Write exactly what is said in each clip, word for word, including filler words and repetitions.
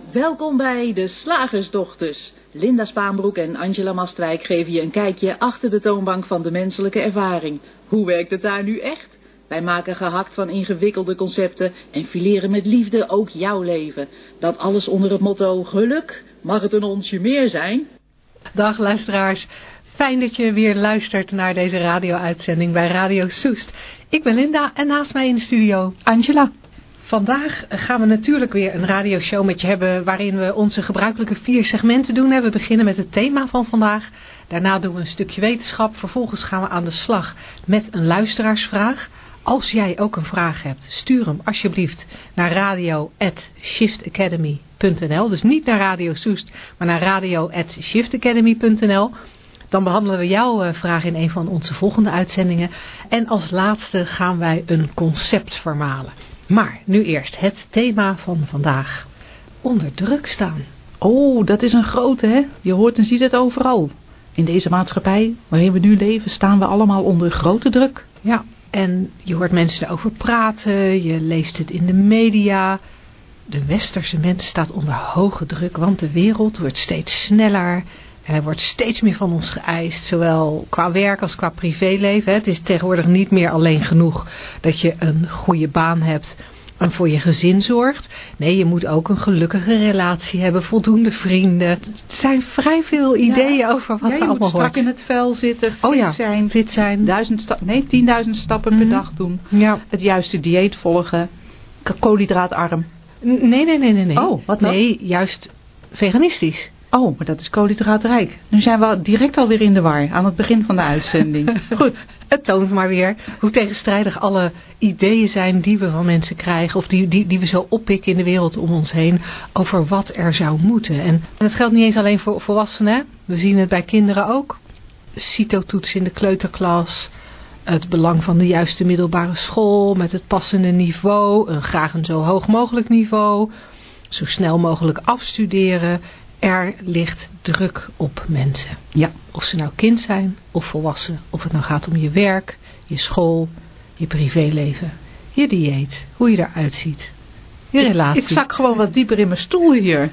Welkom bij de Slagersdochters. Linda Spaanbroek en Angela Mastwijk geven je een kijkje achter de toonbank van de menselijke ervaring. Hoe werkt het daar nu echt? Wij maken gehakt van ingewikkelde concepten en fileren met liefde ook jouw leven. Dat alles onder het motto geluk. Mag het een onsje meer zijn? Dag luisteraars. Fijn dat je weer luistert naar deze radio-uitzending bij Radio Soest. Ik ben Linda en naast mij in de studio Angela. Vandaag gaan we natuurlijk weer een radioshow met je hebben waarin we onze gebruikelijke vier segmenten doen. We beginnen met het thema van vandaag. Daarna doen we een stukje wetenschap. Vervolgens gaan we aan de slag met een luisteraarsvraag. Als jij ook een vraag hebt, stuur hem alsjeblieft naar radio at shift academy punt n l. Dus niet naar Radio Soest, maar naar radio at shift academy punt n l. Dan behandelen we jouw vraag in een van onze volgende uitzendingen. En als laatste gaan wij een concept vermalen. Maar nu eerst het thema van vandaag. Onder druk staan. Oh, dat is een grote, hè? Je hoort en ziet het overal. In deze maatschappij waarin we nu leven staan we allemaal onder grote druk. Ja, en je hoort mensen erover praten. Je leest het in de media. De westerse mens staat onder hoge druk, want de wereld wordt steeds sneller. En er wordt steeds meer van ons geëist, zowel qua werk als qua privéleven. Het is tegenwoordig niet meer alleen genoeg dat je een goede baan hebt en voor je gezin zorgt. Nee, je moet ook een gelukkige relatie hebben, voldoende vrienden. Er zijn vrij veel ideeën ja, over wat ja, er allemaal hoort. Je moet strak in het vel zitten, fit oh ja, zijn, fit zijn. Duizend sta- nee, tienduizend stappen mm-hmm. per dag doen. Ja. Het juiste dieet volgen, koolhydraatarm. Nee, nee, nee, nee. nee. Oh, wat dan? Nee, juist veganistisch. Oh, maar dat is koolhydraatrijk. Nu zijn we direct alweer in de war aan het begin van de uitzending. Goed, het toont maar weer hoe tegenstrijdig alle ideeën zijn die we van mensen krijgen. Of die, die, die we zo oppikken in de wereld om ons heen over wat er zou moeten. En dat geldt niet eens alleen voor volwassenen. We zien het bij kinderen ook. CITO-toets in de kleuterklas. Het belang van de juiste middelbare school met het passende niveau. Een graag een zo hoog mogelijk niveau. Zo snel mogelijk afstuderen. Er ligt druk op mensen. Ja. Of ze nou kind zijn of volwassen. Of het nou gaat om je werk, je school, je privéleven, je dieet, hoe je eruit ziet. Je relatie. Ik, ik zak gewoon wat dieper in mijn stoel hier.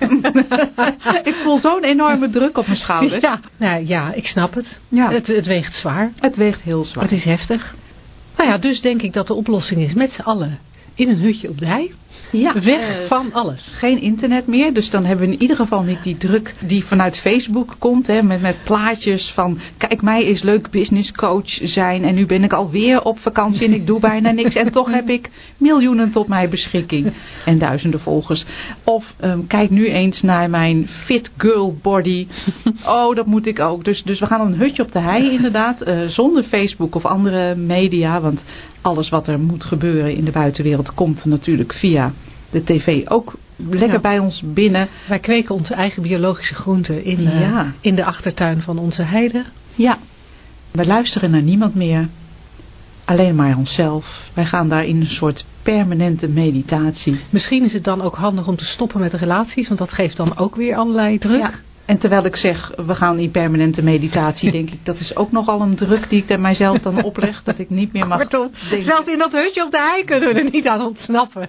Ik voel zo'n enorme druk op mijn schouders. Ja, nou ja, ik snap het. Ja. Het, het weegt zwaar. Het weegt heel zwaar. Het is heftig. Nou ja, dus denk ik dat de oplossing is met z'n allen in een hutje op de hei. Ja, weg uh, van alles. Geen internet meer, dus dan hebben we in ieder geval niet die druk die vanuit Facebook komt. Hè, met, met plaatjes van, kijk mij is leuk business coach zijn en nu ben ik alweer op vakantie en ik doe bijna niks. En toch heb ik miljoenen tot mijn beschikking en duizenden volgers. Of um, kijk nu eens naar mijn fit girl body. Oh, dat moet ik ook. Dus, dus we gaan een hutje op de hei inderdaad, uh, zonder Facebook of andere media, want alles wat er moet gebeuren in de buitenwereld komt natuurlijk via de tv ook lekker ja. bij ons binnen. Wij kweken onze eigen biologische groenten in, uh, ja. in de achtertuin van onze heide. Ja, we luisteren naar niemand meer. Alleen maar onszelf. Wij gaan daar in een soort permanente meditatie. Misschien is het dan ook handig om te stoppen met de relaties, want dat geeft dan ook weer allerlei druk. Ja. En terwijl ik zeg, we gaan in permanente meditatie, denk ik, dat is ook nogal een druk die ik er mijzelf dan opleg, dat ik niet meer mag Kortom, zelfs in dat hutje op de hei kunnen we er niet aan ontsnappen.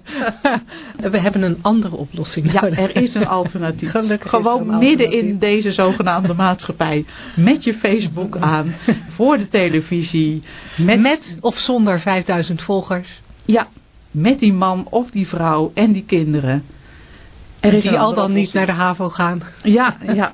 We hebben een andere oplossing ja, nodig. Er is een alternatief. Gelukkig Gewoon is er een midden alternatief. In deze zogenaamde maatschappij, met je Facebook aan, voor de televisie. Met, met of zonder vijfduizend volgers. Ja, met die man of die vrouw en die kinderen. Er is die al dan niet naar de HAVO gaan. Ja, ja.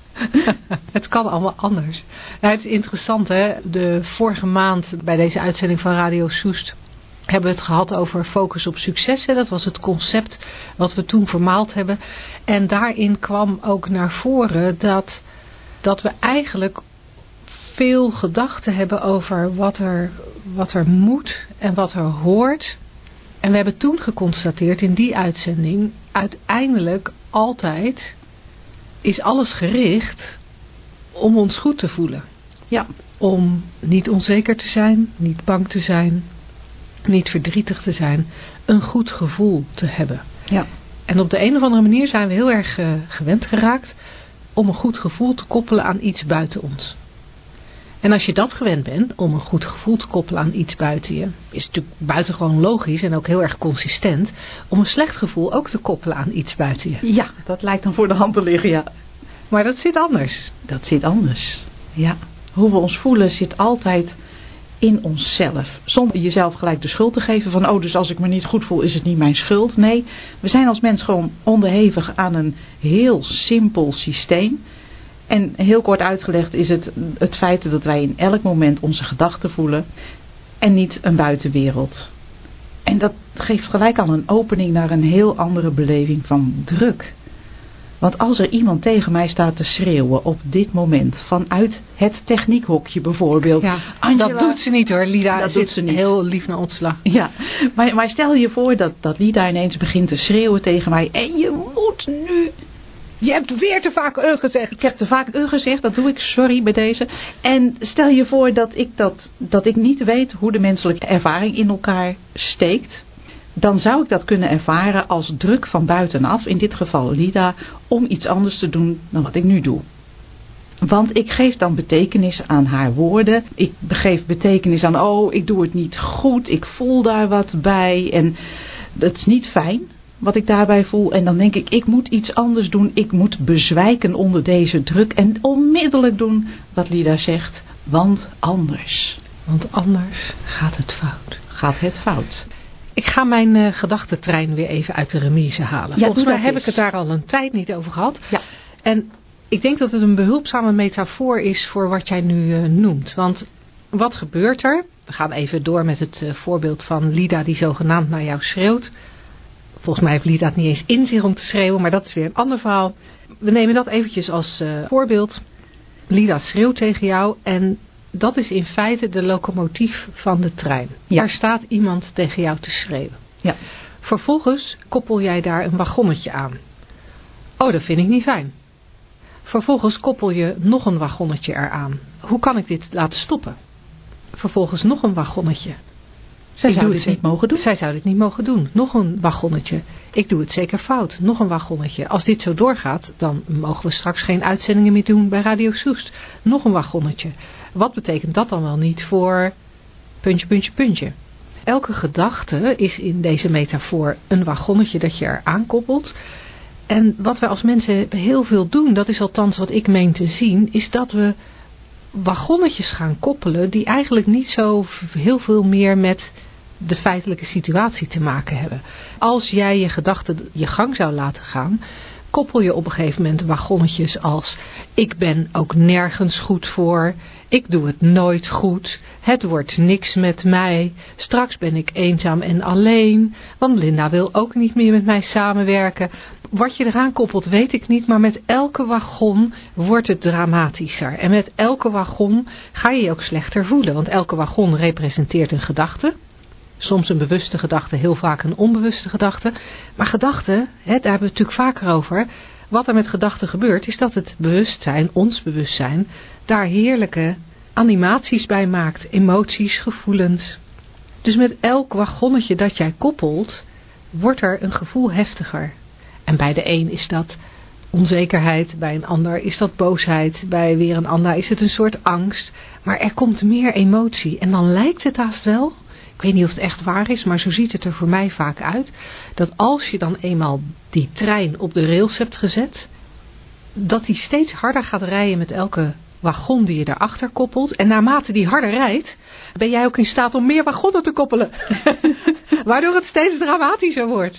Het kan allemaal anders. Nou, het is interessant, hè. De vorige maand bij deze uitzending van Radio Soest hebben we het gehad over focus op succes. Hè. Dat was het concept wat we toen vermaald hebben. En daarin kwam ook naar voren dat, dat we eigenlijk veel gedachten hebben over wat er, wat er moet en wat er hoort. En we hebben toen geconstateerd in die uitzending, uiteindelijk altijd is alles gericht om ons goed te voelen. Ja. Om niet onzeker te zijn, niet bang te zijn, niet verdrietig te zijn, een goed gevoel te hebben. Ja. En op de een of andere manier zijn we heel erg uh, gewend geraakt om een goed gevoel te koppelen aan iets buiten ons. En als je dat gewend bent om een goed gevoel te koppelen aan iets buiten je, is het natuurlijk buitengewoon logisch en ook heel erg consistent om een slecht gevoel ook te koppelen aan iets buiten je. Ja, dat lijkt dan voor de hand te liggen, ja. Maar dat zit anders. Dat zit anders, ja. Hoe we ons voelen zit altijd in onszelf. Zonder jezelf gelijk de schuld te geven van, oh, dus als ik me niet goed voel is het niet mijn schuld. Nee, we zijn als mens gewoon onderhevig aan een heel simpel systeem. En heel kort uitgelegd is het het feit dat wij in elk moment onze gedachten voelen en niet een buitenwereld. En dat geeft gelijk al een opening naar een heel andere beleving van druk. Want als er iemand tegen mij staat te schreeuwen op dit moment, vanuit het techniekhokje bijvoorbeeld. Ja, Angela, dat doet ze niet hoor, Lida. Dat zit doet ze niet. Heel lief naar ons slag. Ja, maar, maar stel je voor dat, dat Lida ineens begint te schreeuwen tegen mij. En je moet nu... Je hebt weer te vaak uh gezegd. Ik heb te vaak uh gezegd, dat doe ik, sorry bij deze. En stel je voor dat ik, dat, dat ik niet weet hoe de menselijke ervaring in elkaar steekt. Dan zou ik dat kunnen ervaren als druk van buitenaf, in dit geval Lida, om iets anders te doen dan wat ik nu doe. Want ik geef dan betekenis aan haar woorden. Ik geef betekenis aan, oh, ik doe het niet goed, ik voel daar wat bij. En dat is niet fijn wat ik daarbij voel. En dan denk ik, ik moet iets anders doen. Ik moet bezwijken onder deze druk en onmiddellijk doen wat Lida zegt. Want anders. Want anders gaat het fout. Gaat het fout. Ik ga mijn uh, gedachtentrein weer even uit de remise halen. Ja, Volgens mij heb eens. ik het daar al een tijd niet over gehad. Ja. En ik denk dat het een behulpzame metafoor is voor wat jij nu uh, noemt. Want wat gebeurt er? We gaan even door met het uh, voorbeeld van Lida die zogenaamd naar jou schreeuwt. Volgens mij heeft Lida het niet eens in zich om te schreeuwen, maar dat is weer een ander verhaal. We nemen dat eventjes als uh, voorbeeld. Lida schreeuwt tegen jou en dat is in feite de locomotief van de trein. Ja. Daar staat iemand tegen jou te schreeuwen. Ja. Vervolgens koppel jij daar een wagonnetje aan. Oh, dat vind ik niet fijn. Vervolgens koppel je nog een wagonnetje eraan. Hoe kan ik dit laten stoppen? Vervolgens nog een wagonnetje. Zij Ik zou doe dit het niet mogen doen. Zij zou dit niet mogen doen. Nog een wagonnetje. Ik doe het zeker fout. Nog een wagonnetje. Als dit zo doorgaat, dan mogen we straks geen uitzendingen meer doen bij Radio Soest. Nog een wagonnetje. Wat betekent dat dan wel niet voor puntje, puntje, puntje? Elke gedachte is in deze metafoor een wagonnetje dat je eraan koppelt. En wat wij als mensen heel veel doen, dat is althans wat ik meen te zien, is dat we wagonnetjes gaan koppelen die eigenlijk niet zo heel veel meer met de feitelijke situatie te maken hebben. Als jij je gedachten je gang zou laten gaan, koppel je op een gegeven moment wagonnetjes als ik ben ook nergens goed voor, ik doe het nooit goed, het wordt niks met mij, straks ben ik eenzaam en alleen, want Linda wil ook niet meer met mij samenwerken. Wat je eraan koppelt weet ik niet, maar met elke wagon wordt het dramatischer. En met elke wagon ga je je ook slechter voelen, want elke wagon representeert een gedachte. Soms een bewuste gedachte, heel vaak een onbewuste gedachte. Maar gedachten, hè, daar hebben we het natuurlijk vaker over. Wat er met gedachten gebeurt, is dat het bewustzijn, ons bewustzijn, daar heerlijke animaties bij maakt. Emoties, gevoelens. Dus met elk wagonnetje dat jij koppelt, wordt er een gevoel heftiger. En bij de een is dat onzekerheid, bij een ander is dat boosheid, bij weer een ander is het een soort angst. Maar er komt meer emotie en dan lijkt het haast wel, ik weet niet of het echt waar is, maar zo ziet het er voor mij vaak uit, dat als je dan eenmaal die trein op de rails hebt gezet, dat die steeds harder gaat rijden met elke wagon die je daarachter koppelt. En naarmate die harder rijdt, ben jij ook in staat om meer wagonnen te koppelen. Waardoor het steeds dramatischer wordt.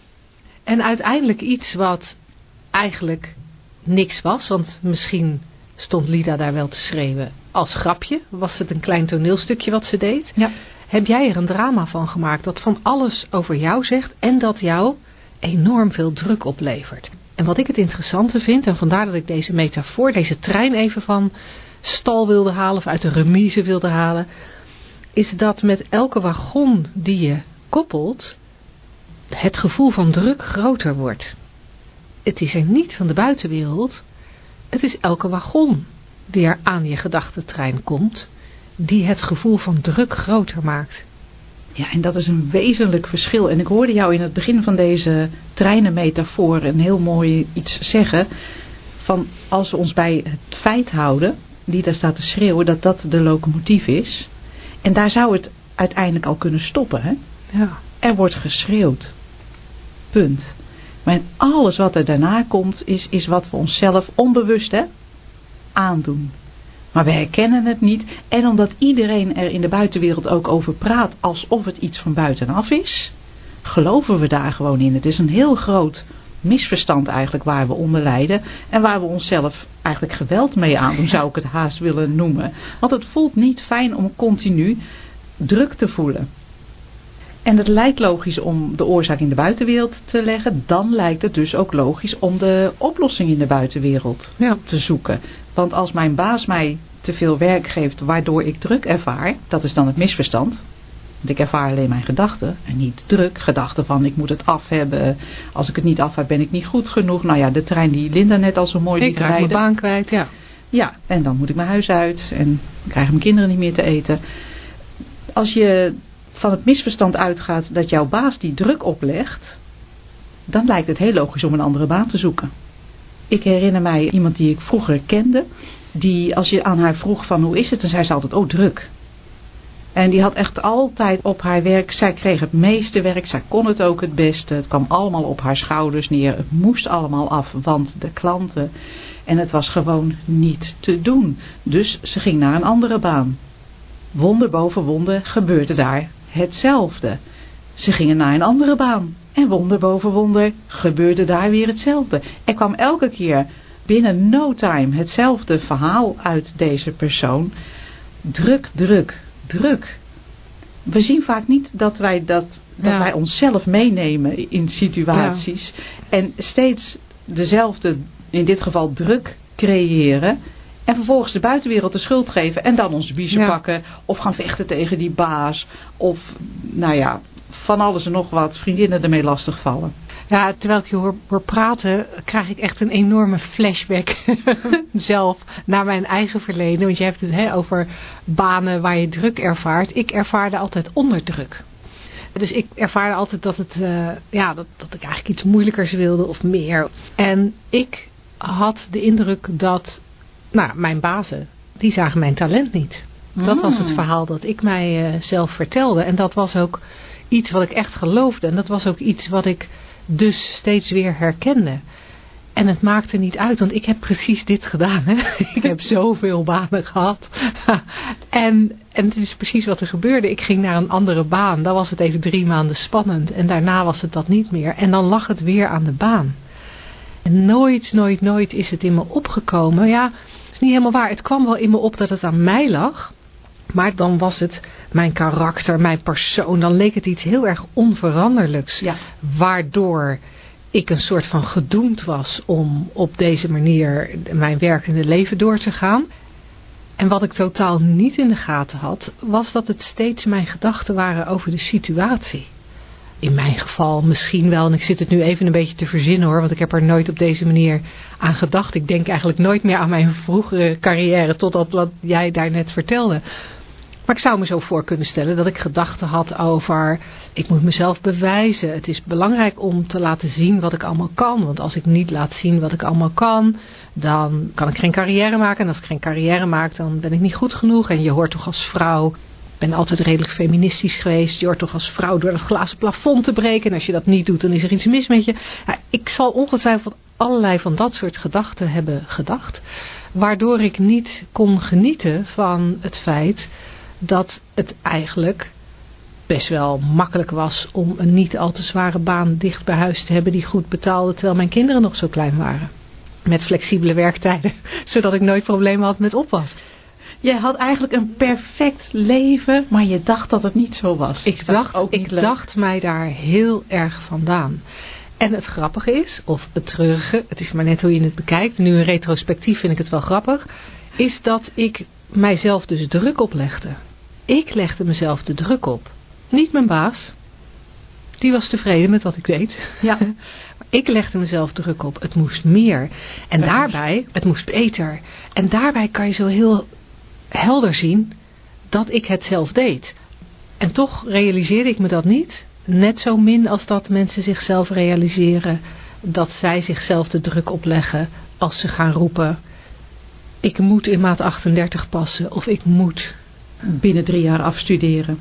En uiteindelijk iets wat eigenlijk niks was, want misschien stond Lida daar wel te schreeuwen als grapje. Was het een klein toneelstukje wat ze deed? Ja. Heb jij er een drama van gemaakt dat van alles over jou zegt en dat jou enorm veel druk oplevert. En wat ik het interessante vind, en vandaar dat ik deze metafoor, deze trein even van stal wilde halen of uit de remise wilde halen, is dat met elke wagon die je koppelt, het gevoel van druk groter wordt. Het is er niet van de buitenwereld, het is elke wagon die er aan je gedachtentrein komt, die het gevoel van druk groter maakt. Ja, en dat is een wezenlijk verschil. En ik hoorde jou in het begin van deze treinenmetafoor een heel mooi iets zeggen. Van als we ons bij het feit houden, die daar staat te schreeuwen, dat dat de locomotief is. En daar zou het uiteindelijk al kunnen stoppen. Hè? Ja. Er wordt geschreeuwd. Punt. Maar alles wat er daarna komt, is, is wat we onszelf onbewust hè, aandoen. Maar we herkennen het niet. En omdat iedereen er in de buitenwereld ook over praat, alsof het iets van buitenaf is, geloven we daar gewoon in. Het is een heel groot misverstand eigenlijk waar we onder lijden. En waar we onszelf eigenlijk geweld mee aandoen, zou ik het haast willen noemen. Want het voelt niet fijn om continu druk te voelen. En het lijkt logisch om de oorzaak in de buitenwereld te leggen. Dan lijkt het dus ook logisch om de oplossing in de buitenwereld Ja. te zoeken. Want als mijn baas mij te veel werk geeft waardoor ik druk ervaar, dat is dan het misverstand. Want ik ervaar alleen mijn gedachten en niet druk. Gedachten van ik moet het af hebben. Als ik het niet af heb ben ik niet goed genoeg. Nou ja, de trein die Linda net al zo mooi liet Ik raak rijden. mijn baan kwijt, ja. Ja, en dan moet ik mijn huis uit en krijgen mijn kinderen niet meer te eten. Als je van het misverstand uitgaat dat jouw baas die druk oplegt, dan lijkt het heel logisch om een andere baan te zoeken. Ik herinner mij iemand die ik vroeger kende, die als je aan haar vroeg van hoe is het, dan zei ze altijd, oh druk. En die had echt altijd op haar werk, zij kreeg het meeste werk, zij kon het ook het beste. Het kwam allemaal op haar schouders neer, het moest allemaal af, want de klanten. En het was gewoon niet te doen. Dus ze ging naar een andere baan. Wonder boven wonder gebeurde daar hetzelfde. Ze gingen naar een andere baan. En wonder boven wonder gebeurde daar weer hetzelfde. Er kwam elke keer binnen no time hetzelfde verhaal uit deze persoon. Druk, druk, druk. We zien vaak niet dat wij, dat, dat Ja. wij onszelf meenemen in situaties. Ja. En steeds dezelfde, in dit geval druk, creëren. En vervolgens de buitenwereld de schuld geven. En dan onze biezen ja. pakken. Of gaan vechten tegen die baas. Of nou ja, van alles en nog wat. Vriendinnen ermee lastigvallen. Ja, terwijl ik je hoor, hoor praten, krijg ik echt een enorme flashback zelf naar mijn eigen verleden. Want je hebt het hè, over banen waar je druk ervaart. Ik ervaarde altijd onderdruk. Dus ik ervaarde altijd dat, het, uh, ja, dat, dat ik eigenlijk iets moeilijkers wilde of meer. En ik had de indruk dat nou, mijn bazen, die zagen mijn talent niet. Dat was het verhaal dat ik mij uh, zelf vertelde. En dat was ook iets wat ik echt geloofde. En dat was ook iets wat ik dus steeds weer herkende. En het maakte niet uit, want ik heb precies dit gedaan. Hè? Ik heb zoveel banen gehad. en, en het is precies wat er gebeurde. Ik ging naar een andere baan. Dan was het even drie maanden spannend. En daarna was het dat niet meer. En dan lag het weer aan de baan. En nooit, nooit, nooit is het in me opgekomen. Ja, het is niet helemaal waar. Het kwam wel in me op dat het aan mij lag. Maar dan was het mijn karakter, mijn persoon. Dan leek het iets heel erg onveranderlijks. Ja. Waardoor ik een soort van gedoemd was om op deze manier mijn werkende leven door te gaan. En wat ik totaal niet in de gaten had, was dat het steeds mijn gedachten waren over de situatie. In mijn geval misschien wel, en ik zit het nu even een beetje te verzinnen hoor, want ik heb er nooit op deze manier aan gedacht. Ik denk eigenlijk nooit meer aan mijn vroegere carrière, totdat wat jij daar net vertelde. Maar ik zou me zo voor kunnen stellen dat ik gedachten had over, ik moet mezelf bewijzen. Het is belangrijk om te laten zien wat ik allemaal kan. Want als ik niet laat zien wat ik allemaal kan, dan kan ik geen carrière maken. En als ik geen carrière maak, dan ben ik niet goed genoeg. En je hoort toch als vrouw, ik ben altijd redelijk feministisch geweest. Je hoort toch als vrouw door dat glazen plafond te breken. En als je dat niet doet, dan is er iets mis met je. Ja, ik zal ongetwijfeld allerlei van dat soort gedachten hebben gedacht. Waardoor ik niet kon genieten van het feit dat het eigenlijk best wel makkelijk was om een niet al te zware baan dicht bij huis te hebben die goed betaalde terwijl mijn kinderen nog zo klein waren. Met flexibele werktijden, zodat ik nooit problemen had met oppas. Jij had eigenlijk een perfect leven, maar je dacht dat het niet zo was. Ik, dacht, ik dacht mij daar heel erg vandaan. En het grappige is, of het treurige, het is maar net hoe je het bekijkt, nu in retrospectief vind ik het wel grappig, is dat ik mijzelf dus druk oplegde. Ik legde mezelf de druk op. Niet mijn baas. Die was tevreden met wat ik deed. Ja. Ik legde mezelf druk op. Het moest meer. En ja, daarbij, het moest beter. En daarbij kan je zo heel helder zien dat ik het zelf deed. En toch realiseerde ik me dat niet. Net zo min als dat mensen zichzelf realiseren dat zij zichzelf de druk opleggen als ze gaan roepen, ik moet in maat achtendertig passen. Of ik moet binnen drie jaar afstuderen.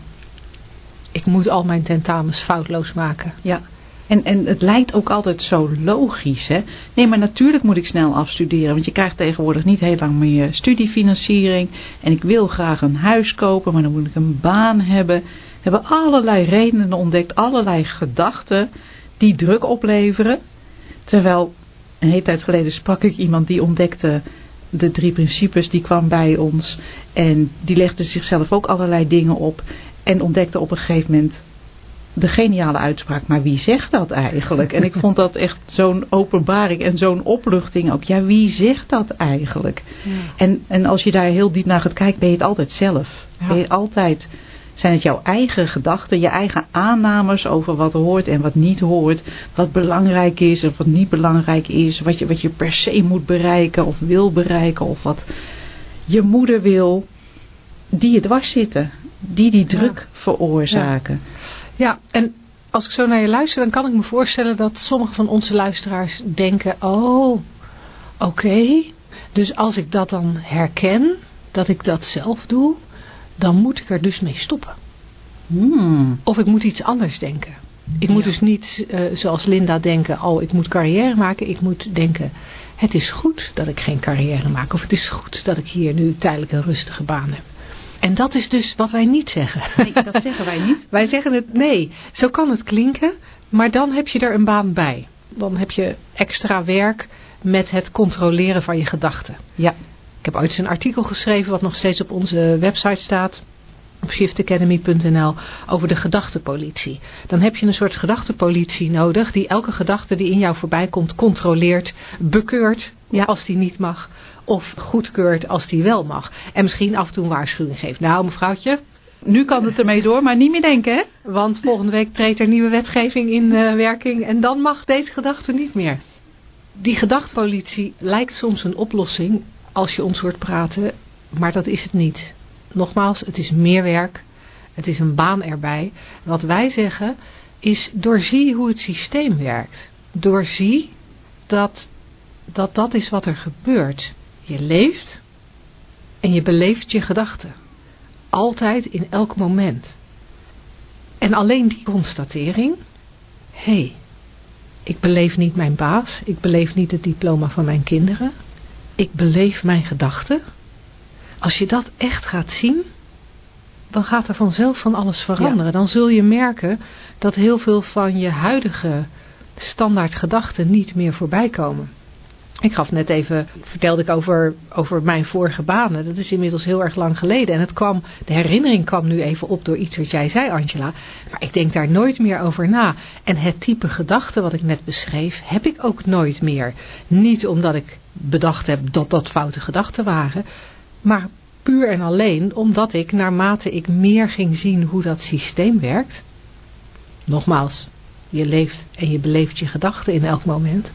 Ik moet al mijn tentamens foutloos maken. Ja. En, en het lijkt ook altijd zo logisch, hè? Nee, maar natuurlijk moet ik snel afstuderen. Want je krijgt tegenwoordig niet heel lang meer studiefinanciering. En ik wil graag een huis kopen, maar dan moet ik een baan hebben. We hebben allerlei redenen ontdekt, allerlei gedachten die druk opleveren. Terwijl, een hele tijd geleden sprak ik iemand die ontdekte de drie principes. Die kwam bij ons en die legde zichzelf ook allerlei dingen op. En ontdekte op een gegeven moment de geniale uitspraak, maar wie zegt dat eigenlijk? En ik vond dat echt zo'n openbaring en zo'n opluchting ook. Ja, wie zegt dat eigenlijk? Ja. En, en als je daar heel diep naar gaat kijken, ben je het altijd zelf. Ja. Ben je altijd, zijn het jouw eigen gedachten, je eigen aannames over wat hoort en wat niet hoort. Wat belangrijk is en wat niet belangrijk is. Wat je, wat je per se moet bereiken of wil bereiken. Of wat je moeder wil. Die je dwars zitten. Die die druk ja. veroorzaken. Ja. Ja, en als ik zo naar je luister, dan kan ik me voorstellen dat sommige van onze luisteraars denken, oh, oké, okay, dus als ik dat dan herken, dat ik dat zelf doe, dan moet ik er dus mee stoppen. Hmm. Of ik moet iets anders denken. Ik moet ja. dus niet uh, zoals Linda denken, oh, ik moet carrière maken. Ik moet denken, het is goed dat ik geen carrière maak. Of het is goed dat ik hier nu tijdelijk een rustige baan heb. En dat is dus wat wij niet zeggen. Nee, dat zeggen wij niet. Wij zeggen het, nee, zo kan het klinken, maar dan heb je er een baan bij. Dan heb je extra werk met het controleren van je gedachten. Ja. Ik heb ooit eens een artikel geschreven wat nog steeds op onze website staat, op shift academy punt n l, over de gedachtenpolitie. Dan heb je een soort gedachtenpolitie nodig die elke gedachte die in jou voorbij komt controleert, bekeurt ja. als die niet mag. Of goedkeurt als die wel mag. En misschien af en toe een waarschuwing geeft. Nou mevrouwtje, nu kan het ermee door, maar niet meer denken hè. Want volgende week treedt er nieuwe wetgeving in uh, werking. En dan mag deze gedachte niet meer. Die gedachtenpolitie lijkt soms een oplossing als je ons hoort praten. Maar dat is het niet. Nogmaals, het is meer werk. Het is een baan erbij. Wat wij zeggen is doorzie hoe het systeem werkt. Doorzie dat dat, dat is wat er gebeurt. Je leeft en je beleeft je gedachten. Altijd in elk moment. En alleen die constatering. Hé, hey, ik beleef niet mijn baas. Ik beleef niet het diploma van mijn kinderen. Ik beleef mijn gedachten. Als je dat echt gaat zien, dan gaat er vanzelf van alles veranderen. Ja. Dan zul je merken dat heel veel van je huidige standaard gedachten niet meer voorbij komen. Ik gaf net even, vertelde ik over, over mijn vorige banen. Dat is inmiddels heel erg lang geleden. En het kwam, de herinnering kwam nu even op door iets wat jij zei, Angela. Maar ik denk daar nooit meer over na. En het type gedachte wat ik net beschreef, heb ik ook nooit meer. Niet omdat ik bedacht heb dat dat foute gedachten waren. Maar puur en alleen omdat ik, naarmate ik meer ging zien hoe dat systeem werkt. Nogmaals, je leeft en je beleeft je gedachten in elk moment.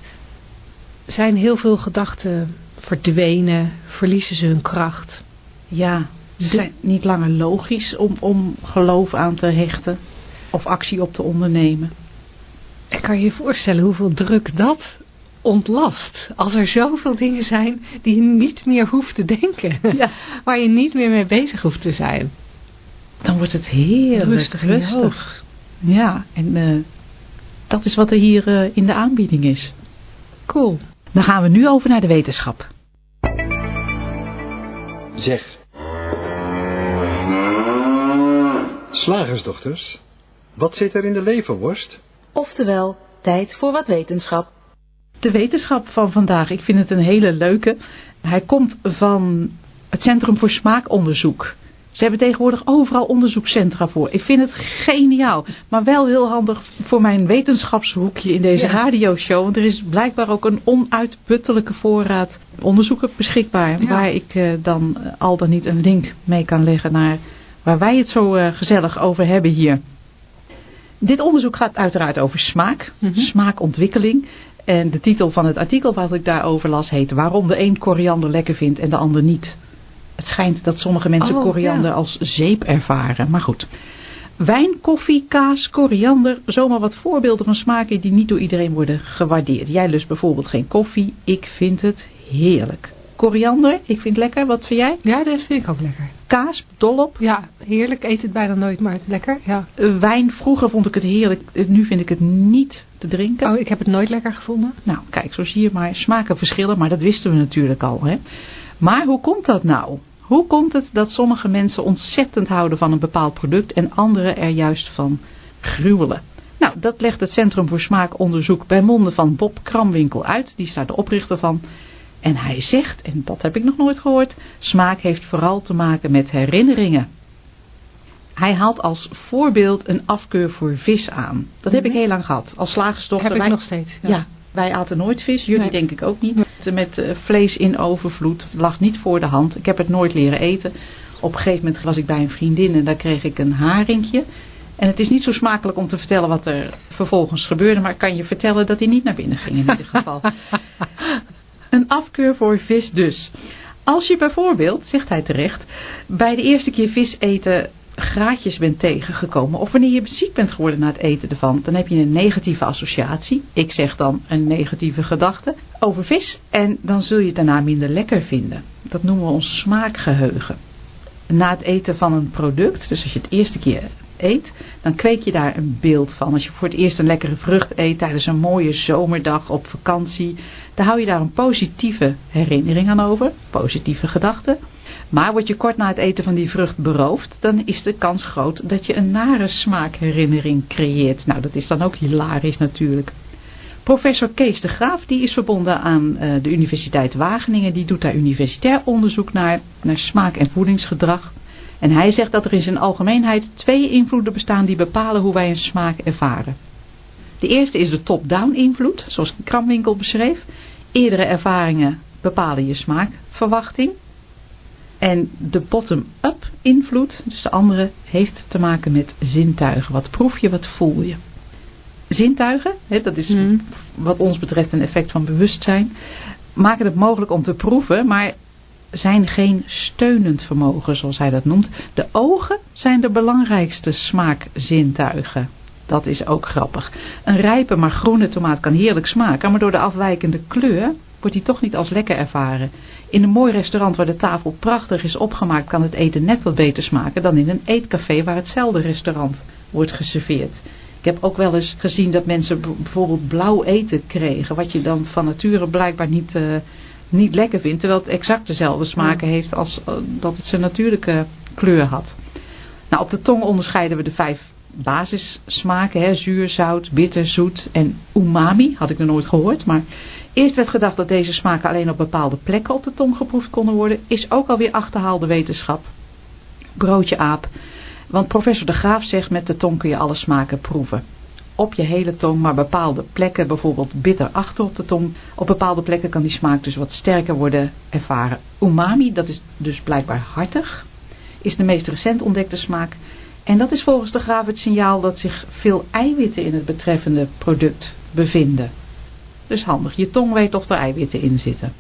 Zijn heel veel gedachten verdwenen, verliezen ze hun kracht. Ja, ze zijn niet langer logisch om, om geloof aan te hechten of actie op te ondernemen. En kan je je voorstellen hoeveel druk dat ontlast. Als er zoveel dingen zijn die je niet meer hoeft te denken. Ja. Waar je niet meer mee bezig hoeft te zijn. Dan wordt het heerlijk rustig. rustig. Ja, en uh, dat is wat er hier uh, in de aanbieding is. Cool. Dan gaan we nu over naar de wetenschap. Zeg. Slagersdochters, wat zit er in de leverworst? Oftewel, tijd voor wat wetenschap. De wetenschap van vandaag, ik vind het een hele leuke. Hij komt van het Centrum voor Smaakonderzoek. Ze hebben tegenwoordig overal onderzoekscentra voor. Ik vind het geniaal. Maar wel heel handig voor mijn wetenschapshoekje in deze ja. radioshow. Want er is blijkbaar ook een onuitputtelijke voorraad onderzoeken beschikbaar. Ja. Waar ik uh, dan uh, al dan niet een link mee kan leggen naar waar wij het zo uh, gezellig over hebben hier. Dit onderzoek gaat uiteraard over smaak. Mm-hmm. Smaakontwikkeling. En de titel van het artikel wat ik daarover las heet Waarom de een koriander lekker vindt en de ander niet. Het schijnt dat sommige mensen oh, koriander ja. als zeep ervaren. Maar goed. Wijn, koffie, kaas, koriander. Zomaar wat voorbeelden van smaken die niet door iedereen worden gewaardeerd. Jij lust bijvoorbeeld geen koffie. Ik vind het heerlijk. Koriander, ik vind het lekker. Wat vind jij? Ja, dat vind ik ook lekker. Kaas, dol op. Ja, heerlijk. Eet het bijna nooit, maar lekker. Ja. Uh, wijn, vroeger vond ik het heerlijk. Uh, nu vind ik het niet te drinken. Oh, ik heb het nooit lekker gevonden. Nou, kijk, zo zie je maar. Smaken verschillen, maar dat wisten we natuurlijk al. Hè? Maar hoe komt dat nou? Hoe komt het dat sommige mensen ontzettend houden van een bepaald product en anderen er juist van gruwelen? Nou, dat legt het Centrum voor Smaakonderzoek bij monden van Bob Kramwinkel uit. Die is daar de oprichter van. En hij zegt, en dat heb ik nog nooit gehoord, smaak heeft vooral te maken met herinneringen. Hij haalt als voorbeeld een afkeur voor vis aan. Dat mm-hmm. heb ik heel lang gehad. Als slagersdochter. Heb ik wij, nog steeds. Ja. ja, wij aten nooit vis. Jullie nee. denk ik ook niet. Nee. Met uh, vlees in overvloed. Lag niet voor de hand. Ik heb het nooit leren eten. Op een gegeven moment was ik bij een vriendin en daar kreeg ik een haringje. En het is niet zo smakelijk om te vertellen wat er vervolgens gebeurde. Maar ik kan je vertellen dat hij niet naar binnen ging in ieder geval. Een afkeur voor vis dus. Als je bijvoorbeeld, zegt hij terecht, bij de eerste keer vis eten graatjes bent tegengekomen. Of wanneer je ziek bent geworden na het eten ervan. Dan heb je een negatieve associatie. Ik zeg dan een negatieve gedachte over vis. En dan zul je het daarna minder lekker vinden. Dat noemen we ons smaakgeheugen. Na het eten van een product, dus als je het eerste keer eet, dan kweek je daar een beeld van. Als je voor het eerst een lekkere vrucht eet tijdens een mooie zomerdag op vakantie, dan hou je daar een positieve herinnering aan over, positieve gedachten. Maar word je kort na het eten van die vrucht beroofd, dan is de kans groot dat je een nare smaakherinnering creëert. Nou, dat is dan ook hilarisch natuurlijk. Professor Kees de Graaf, die is verbonden aan uh, de Universiteit Wageningen. Die doet daar universitair onderzoek naar, naar smaak en voedingsgedrag. En hij zegt dat er in zijn algemeenheid twee invloeden bestaan die bepalen hoe wij een smaak ervaren. De eerste is de top-down invloed, zoals Kramwinkel beschreef. Eerdere ervaringen bepalen je smaakverwachting. En de bottom-up invloed, dus de andere, heeft te maken met zintuigen. Wat proef je, wat voel je? Zintuigen, hè, dat is hmm. wat ons betreft een effect van bewustzijn, maken het mogelijk om te proeven, maar zijn geen steunend vermogen, zoals hij dat noemt. De ogen zijn de belangrijkste smaakzintuigen. Dat is ook grappig. Een rijpe maar groene tomaat kan heerlijk smaken, maar door de afwijkende kleur wordt die toch niet als lekker ervaren. In een mooi restaurant waar de tafel prachtig is opgemaakt, kan het eten net wat beter smaken dan in een eetcafé waar hetzelfde restaurant wordt geserveerd. Ik heb ook wel eens gezien dat mensen bijvoorbeeld blauw eten kregen, wat je dan van nature blijkbaar niet, uh, niet lekker vindt, terwijl het exact dezelfde smaken ja. heeft als uh, dat het zijn natuurlijke kleur had. Nou, op de tong onderscheiden we de vijf basissmaken, hè, zuur, zout, bitter, zoet en umami, had ik nog nooit gehoord, maar eerst werd gedacht dat deze smaken alleen op bepaalde plekken op de tong geproefd konden worden, is ook alweer achterhaalde wetenschap. Broodje aap. Want professor De Graaf zegt, met de tong kun je alle smaken proeven. Op je hele tong, maar bepaalde plekken, bijvoorbeeld bitter achter op de tong. Op bepaalde plekken kan die smaak dus wat sterker worden ervaren. Umami, dat is dus blijkbaar hartig, is de meest recent ontdekte smaak. En dat is volgens De Graaf het signaal dat zich veel eiwitten in het betreffende product bevinden. Dus handig, je tong weet of er eiwitten in zitten.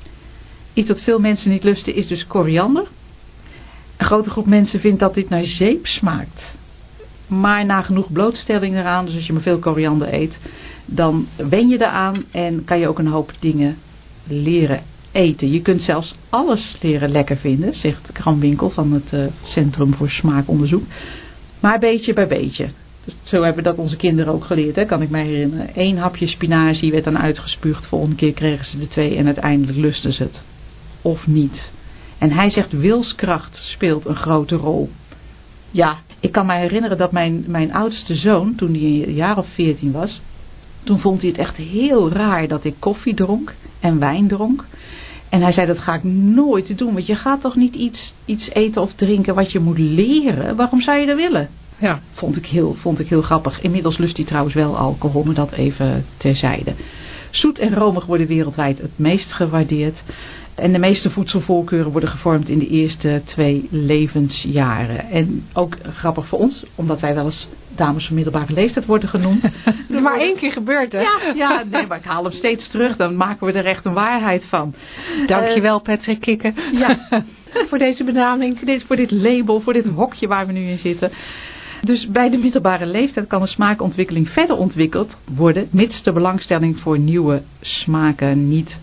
Iets wat veel mensen niet lusten is dus koriander. Een grote groep mensen vindt dat dit naar zeep smaakt. Maar na genoeg blootstelling eraan, dus als je maar veel koriander eet, dan wen je eraan en kan je ook een hoop dingen leren eten. Je kunt zelfs alles leren lekker vinden, zegt Kramwinkel van het uh, Centrum voor Smaakonderzoek. Maar beetje bij beetje. Dus zo hebben dat onze kinderen ook geleerd, hè? Kan ik mij herinneren. Eén hapje spinazie werd dan uitgespuugd, volgende keer kregen ze de twee en uiteindelijk lusten ze het. Of niet. En hij zegt wilskracht speelt een grote rol. Ja, ik kan mij herinneren dat mijn, mijn oudste zoon, toen hij een jaar of veertien was, toen vond hij het echt heel raar dat ik koffie dronk en wijn dronk. En hij zei, dat ga ik nooit doen, want je gaat toch niet iets, iets eten of drinken wat je moet leren? Waarom zou je dat willen? Ja, vond ik heel, vond ik heel grappig. Inmiddels lust hij trouwens wel alcohol, maar dat even terzijde. Zoet en romig worden wereldwijd het meest gewaardeerd. En de meeste voedselvoorkeuren worden gevormd in de eerste twee levensjaren. En ook grappig voor ons, omdat wij wel eens dames van middelbare leeftijd worden genoemd. Dat is maar één keer gebeurd, hè? Ja, ja, nee, maar ik haal hem steeds terug. Dan maken we er echt een waarheid van. Dankjewel, uh, Patrick Kikken. Ja, voor deze benaming, voor dit, voor dit label, voor dit hokje waar we nu in zitten. Dus bij de middelbare leeftijd kan de smaakontwikkeling verder ontwikkeld worden, mits de belangstelling voor nieuwe smaken niet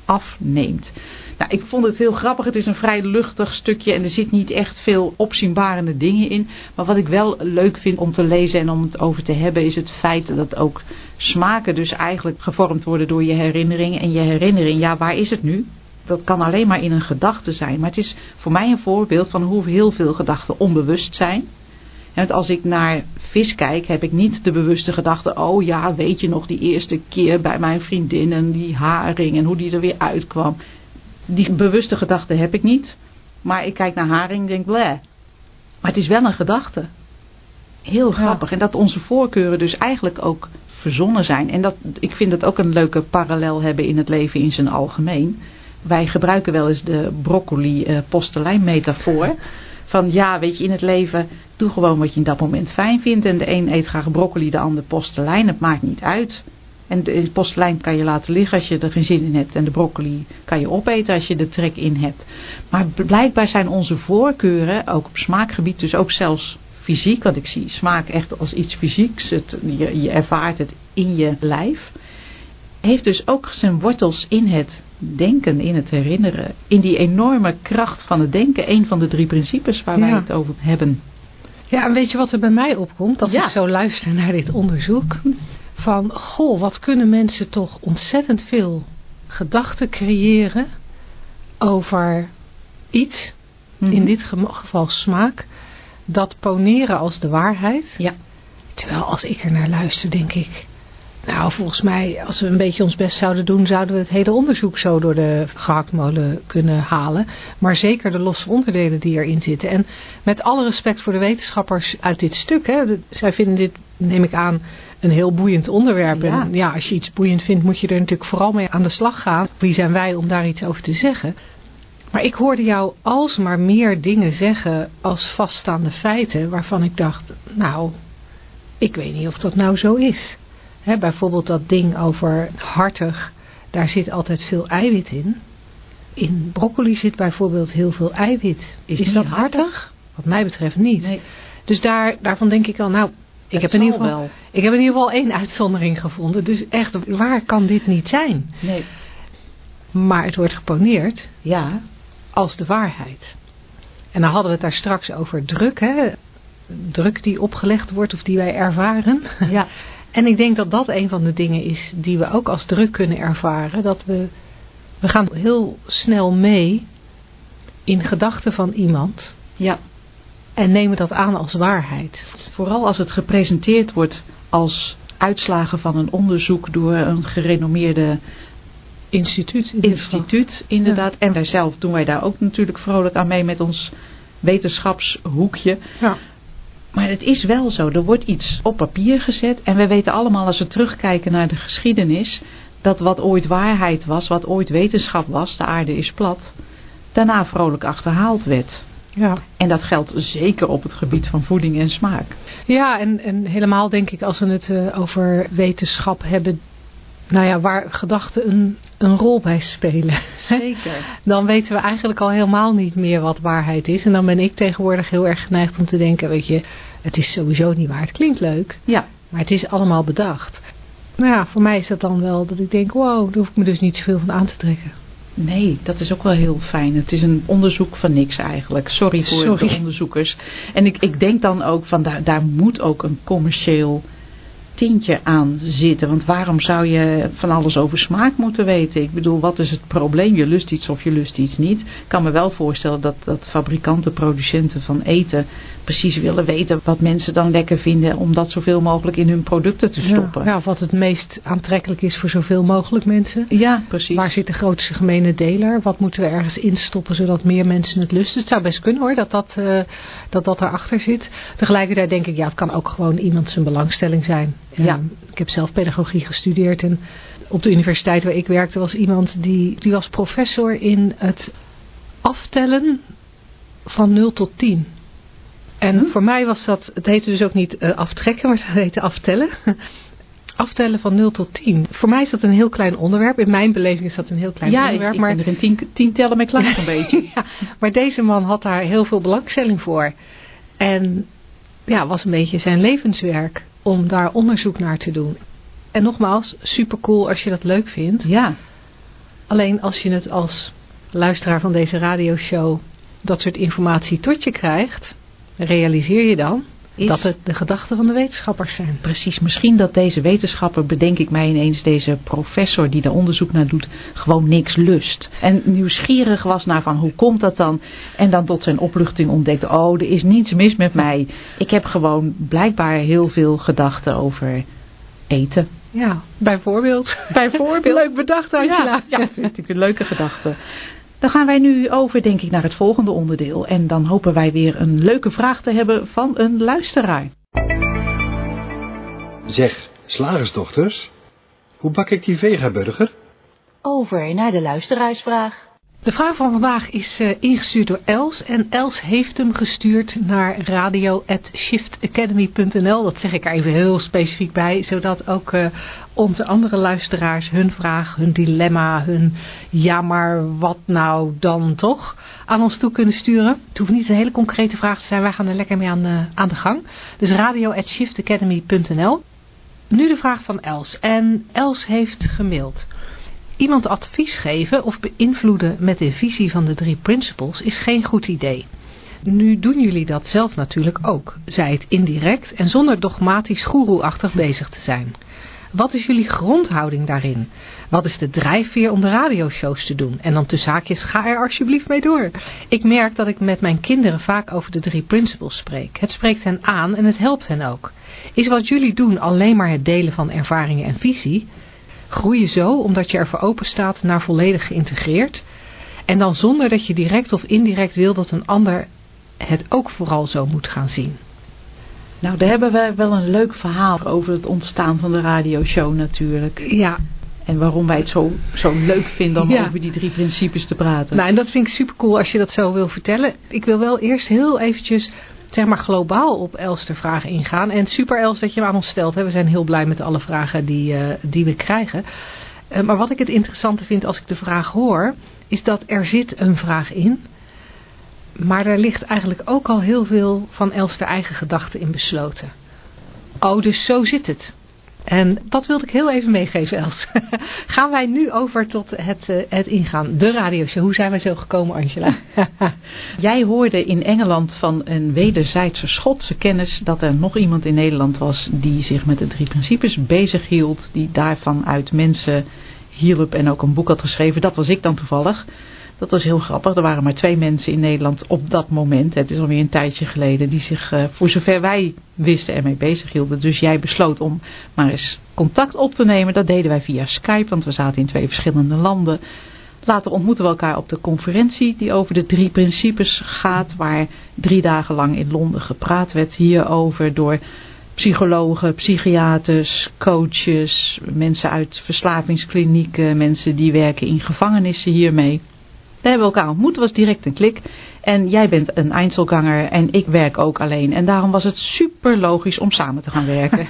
afneemt. Nou, ik vond het heel grappig. Het is een vrij luchtig stukje en er zit niet echt veel opzienbarende dingen in. Maar wat ik wel leuk vind om te lezen en om het over te hebben is het feit dat ook smaken dus eigenlijk gevormd worden door je herinnering. En je herinnering, ja, waar is het nu? Dat kan alleen maar in een gedachte zijn. Maar het is voor mij een voorbeeld van hoe heel veel gedachten onbewust zijn. Want als ik naar vis kijk, heb ik niet de bewuste gedachte, oh ja, weet je nog die eerste keer bij mijn vriendin en die haring en hoe die er weer uitkwam. Die bewuste gedachte heb ik niet. Maar ik kijk naar haring en denk, bleh. Maar het is wel een gedachte. Heel grappig. Ja. En dat onze voorkeuren dus eigenlijk ook verzonnen zijn. En dat, ik vind dat ook een leuke parallel hebben in het leven in zijn algemeen. Wij gebruiken wel eens de broccoli-postelijn-metafoor. Van ja, weet je, in het leven, doe gewoon wat je in dat moment fijn vindt. En de een eet graag broccoli, de ander postelijn. Het maakt niet uit. En de postelijn kan je laten liggen als je er geen zin in hebt. En de broccoli kan je opeten als je er trek in hebt. Maar blijkbaar zijn onze voorkeuren, ook op smaakgebied, dus ook zelfs fysiek. Want ik zie smaak echt als iets fysieks. Het, je, je ervaart het in je lijf. Heeft dus ook zijn wortels in het denken, in het herinneren. In die enorme kracht van het denken. Een van de drie principes waar ja. wij het over hebben. Ja, en weet je wat er bij mij opkomt? Als ja. ik zo luister naar dit onderzoek. Van, goh, wat kunnen mensen toch ontzettend veel gedachten creëren over iets, mm-hmm. in dit geval smaak, dat poneren als de waarheid. Ja. Terwijl als ik er naar luister, denk ik, nou, volgens mij, als we een beetje ons best zouden doen, zouden we het hele onderzoek zo door de gehaktmolen kunnen halen. Maar zeker de losse onderdelen die erin zitten. En met alle respect voor de wetenschappers uit dit stuk, hè, de, zij vinden dit, neem ik aan, een heel boeiend onderwerp. Ja. En ja, als je iets boeiend vindt, moet je er natuurlijk vooral mee aan de slag gaan. Wie zijn wij om daar iets over te zeggen? Maar ik hoorde jou alsmaar meer dingen zeggen als vaststaande feiten, waarvan ik dacht, nou, ik weet niet of dat nou zo is. He, bijvoorbeeld dat ding over hartig, daar zit altijd veel eiwit in. In broccoli zit bijvoorbeeld heel veel eiwit. Is, is dat hartig? hartig? Wat mij betreft niet. Nee. Dus daar, daarvan denk ik al, nou, ik heb, in ieder geval, wel. ik heb in ieder geval één uitzondering gevonden. Dus echt, waar kan dit niet zijn? Nee. Maar het wordt geponeerd ja. als de waarheid. En dan hadden we het daar straks over druk, hè? Druk die opgelegd wordt of die wij ervaren. Ja. En ik denk dat dat een van de dingen is die we ook als druk kunnen ervaren. Dat we, we gaan heel snel mee in gedachten van iemand. Ja. En nemen dat aan als waarheid. Vooral als het gepresenteerd wordt als uitslagen van een onderzoek door een gerenommeerde instituut. In instituut, inderdaad. Ja. En wij zelf doen wij daar ook natuurlijk vrolijk aan mee met ons wetenschapshoekje. Ja. Maar het is wel zo, er wordt iets op papier gezet en we weten allemaal als we terugkijken naar de geschiedenis, dat wat ooit waarheid was, wat ooit wetenschap was, de aarde is plat, daarna vrolijk achterhaald werd. Ja. En dat geldt zeker op het gebied van voeding en smaak. Ja, en, en helemaal denk ik als we het uh, over wetenschap hebben, nou ja, waar gedachten een, een rol bij spelen. Zeker. Dan weten we eigenlijk al helemaal niet meer wat waarheid is. En dan ben ik tegenwoordig heel erg geneigd om te denken, weet je, het is sowieso niet waar. Het klinkt leuk, ja. maar het is allemaal bedacht. Nou ja, voor mij is dat dan wel dat ik denk, wow, daar hoef ik me dus niet zoveel van aan te trekken. Nee, dat is ook wel heel fijn. Het is een onderzoek van niks eigenlijk. Sorry voor Sorry. de onderzoekers. En ik, ik denk dan ook van daar, daar moet ook een commercieel tintje aan zitten. Want waarom zou je van alles over smaak moeten weten? Ik bedoel, wat is het probleem? Je lust iets of je lust iets niet. Ik kan me wel voorstellen dat, dat fabrikanten, producenten van eten precies willen weten wat mensen dan lekker vinden om dat zoveel mogelijk in hun producten te stoppen. Ja, ja, wat het meest aantrekkelijk is voor zoveel mogelijk mensen. Ja, precies. Waar zit de grootste gemene deler? Wat moeten we ergens instoppen zodat meer mensen het lusten? Het zou best kunnen hoor, dat dat, uh, dat, dat erachter zit. Tegelijkertijd denk ik, ja, het kan ook gewoon iemand zijn belangstelling zijn. Ja. Um, ik heb zelf pedagogie gestudeerd en op de universiteit waar ik werkte was iemand die, die was professor in het aftellen van nul tot tien. En hm? voor mij was dat, het heette dus ook niet uh, aftrekken, maar het heette aftellen. Aftellen van nul tot tien. Voor mij is dat een heel klein onderwerp. In mijn beleving is dat een heel klein ja, onderwerp. Ja, ik, ik ben er in tien, tien tellen mee klaar een beetje. Ja, maar deze man had daar heel veel belangstelling voor. En ja, was een beetje zijn levenswerk om daar onderzoek naar te doen. En nogmaals, super cool als je dat leuk vindt. Ja. Alleen als je het als luisteraar van deze radioshow dat soort informatie tot je krijgt, realiseer je dan Is... dat het de gedachten van de wetenschappers zijn. Precies, misschien dat deze wetenschapper, bedenk ik mij ineens, deze professor die daar onderzoek naar doet, gewoon niks lust. En nieuwsgierig was naar van hoe komt dat dan? En dan tot zijn opluchting ontdekte, oh, er is niets mis met mij. Ik heb gewoon blijkbaar heel veel gedachten over eten. Ja, bijvoorbeeld. Bijvoorbeeld. Leuk bedacht, Angela. Ja, ja, vind ik een leuke gedachte. Dan gaan wij nu over, denk ik, naar het volgende onderdeel. En dan hopen wij weer een leuke vraag te hebben van een luisteraar. Zeg, slagersdochters, hoe bak ik die vegaburger? Over naar de luisteraarsvraag. De vraag van vandaag is uh, ingestuurd door Els. En Els heeft hem gestuurd naar radio at shift academy punt n l. Dat zeg ik er even heel specifiek bij. Zodat ook uh, onze andere luisteraars hun vraag, hun dilemma, hun ja maar wat nou dan toch aan ons toe kunnen sturen. Het hoeft niet een hele concrete vraag te zijn. Wij gaan er lekker mee aan, uh, aan de gang. Dus radio at shift academy punt n l. Nu de vraag van Els. En Els heeft gemaild. Iemand advies geven of beïnvloeden met de visie van de drie principles is geen goed idee. Nu doen jullie dat zelf natuurlijk ook, zij het indirect en zonder dogmatisch goeroeachtig bezig te zijn. Wat is jullie grondhouding daarin? Wat is de drijfveer om de radioshows te doen? En dan tussen haakjes, ga er alsjeblieft mee door. Ik merk dat ik met mijn kinderen vaak over de drie principles spreek. Het spreekt hen aan en het helpt hen ook. Is wat jullie doen alleen maar het delen van ervaringen en visie? Groei je zo omdat je ervoor open staat naar volledig geïntegreerd. En dan zonder dat je direct of indirect wil dat een ander het ook vooral zo moet gaan zien. Nou, daar hebben wij wel een leuk verhaal over het ontstaan van de radioshow natuurlijk. Ja. En waarom wij het zo, zo leuk vinden om ja. over die drie principes te praten. Nou, en dat vind ik super cool als je dat zo wil vertellen. Ik wil wel eerst heel eventjes, zeg maar, globaal op Els de vragen ingaan. En super Els dat je hem aan ons stelt. Hè. We zijn heel blij met alle vragen die, uh, die we krijgen. Uh, maar wat ik het interessante vind als ik de vraag hoor, is dat er zit een vraag in. Maar er ligt eigenlijk ook al heel veel van Els de eigen gedachten in besloten. Oh, dus zo zit het. En dat wilde ik heel even meegeven, Els. Gaan wij nu over tot het, uh, het ingaan. De radioshow. Hoe zijn wij zo gekomen, Angela? Jij hoorde in Engeland van een wederzijdse Schotse kennis dat er nog iemand in Nederland was die zich met de drie principes bezig hield. Die daarvan uit mensen hielp en ook een boek had geschreven. Dat was ik dan toevallig. Dat was heel grappig. Er waren maar twee mensen in Nederland op dat moment. Het is alweer een tijdje geleden. Die zich uh, voor zover wij wisten ermee bezig hielden. Dus jij besloot om maar eens contact op te nemen. Dat deden wij via Skype. Want we zaten in twee verschillende landen. Later ontmoeten we elkaar op de conferentie die over de drie principes gaat. Waar drie dagen lang in Londen gepraat werd hierover door psychologen, psychiaters, coaches, mensen uit verslavingsklinieken, mensen die werken in gevangenissen hiermee. Daar hebben we elkaar ontmoet, was direct een klik. En jij bent een Einzelganger en ik werk ook alleen. En daarom was het super logisch om samen te gaan werken.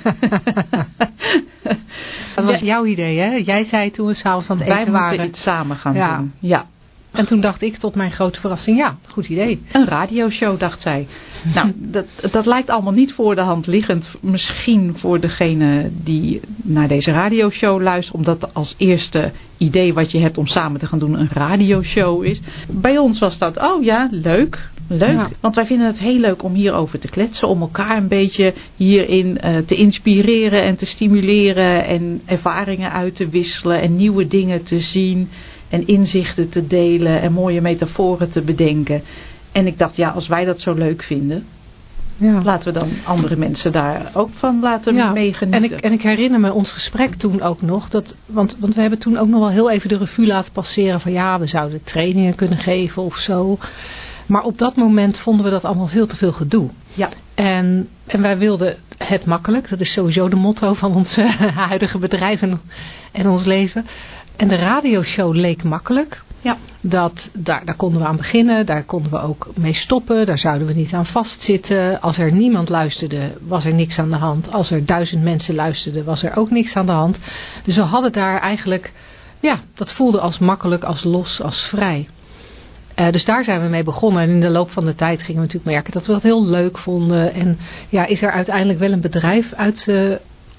Dat was jouw idee, hè? Jij zei toen we s'avonds aan het eten waren. Wij moeten iets samen gaan ja. doen. Ja. En toen dacht ik tot mijn grote verrassing, ja, goed idee. Een radioshow, dacht zij. Nou, dat, dat lijkt allemaal niet voor de hand liggend. Misschien voor degene die naar deze radioshow luistert. Omdat als eerste idee wat je hebt om samen te gaan doen een radioshow is. Bij ons was dat, oh ja, leuk. Leuk. Ja. Want wij vinden het heel leuk om hierover te kletsen. Om elkaar een beetje hierin uh, te inspireren en te stimuleren. En ervaringen uit te wisselen en nieuwe dingen te zien. En inzichten te delen en mooie metaforen te bedenken. En ik dacht, ja, als wij dat zo leuk vinden, ja. laten we dan andere mensen daar ook van laten ja. meegenieten. En ik, en ik herinner me ons gesprek toen ook nog, dat, want, want we hebben toen ook nog wel heel even de revue laten passeren van ja, we zouden trainingen kunnen geven of zo. Maar op dat moment vonden we dat allemaal veel te veel gedoe. Ja. En, en wij wilden het makkelijk, dat is sowieso de motto van ons huidige bedrijf en, en ons leven. En de radioshow leek makkelijk. Ja. Dat, daar, daar konden we aan beginnen. Daar konden we ook mee stoppen. Daar zouden we niet aan vastzitten. Als er niemand luisterde, was er niks aan de hand. Als er duizend mensen luisterden, was er ook niks aan de hand. Dus we hadden daar eigenlijk, ja, dat voelde als makkelijk, als los, als vrij. Uh, dus daar zijn we mee begonnen. En in de loop van de tijd gingen we natuurlijk merken dat we dat heel leuk vonden. En ja, is er uiteindelijk wel een bedrijf uit uh,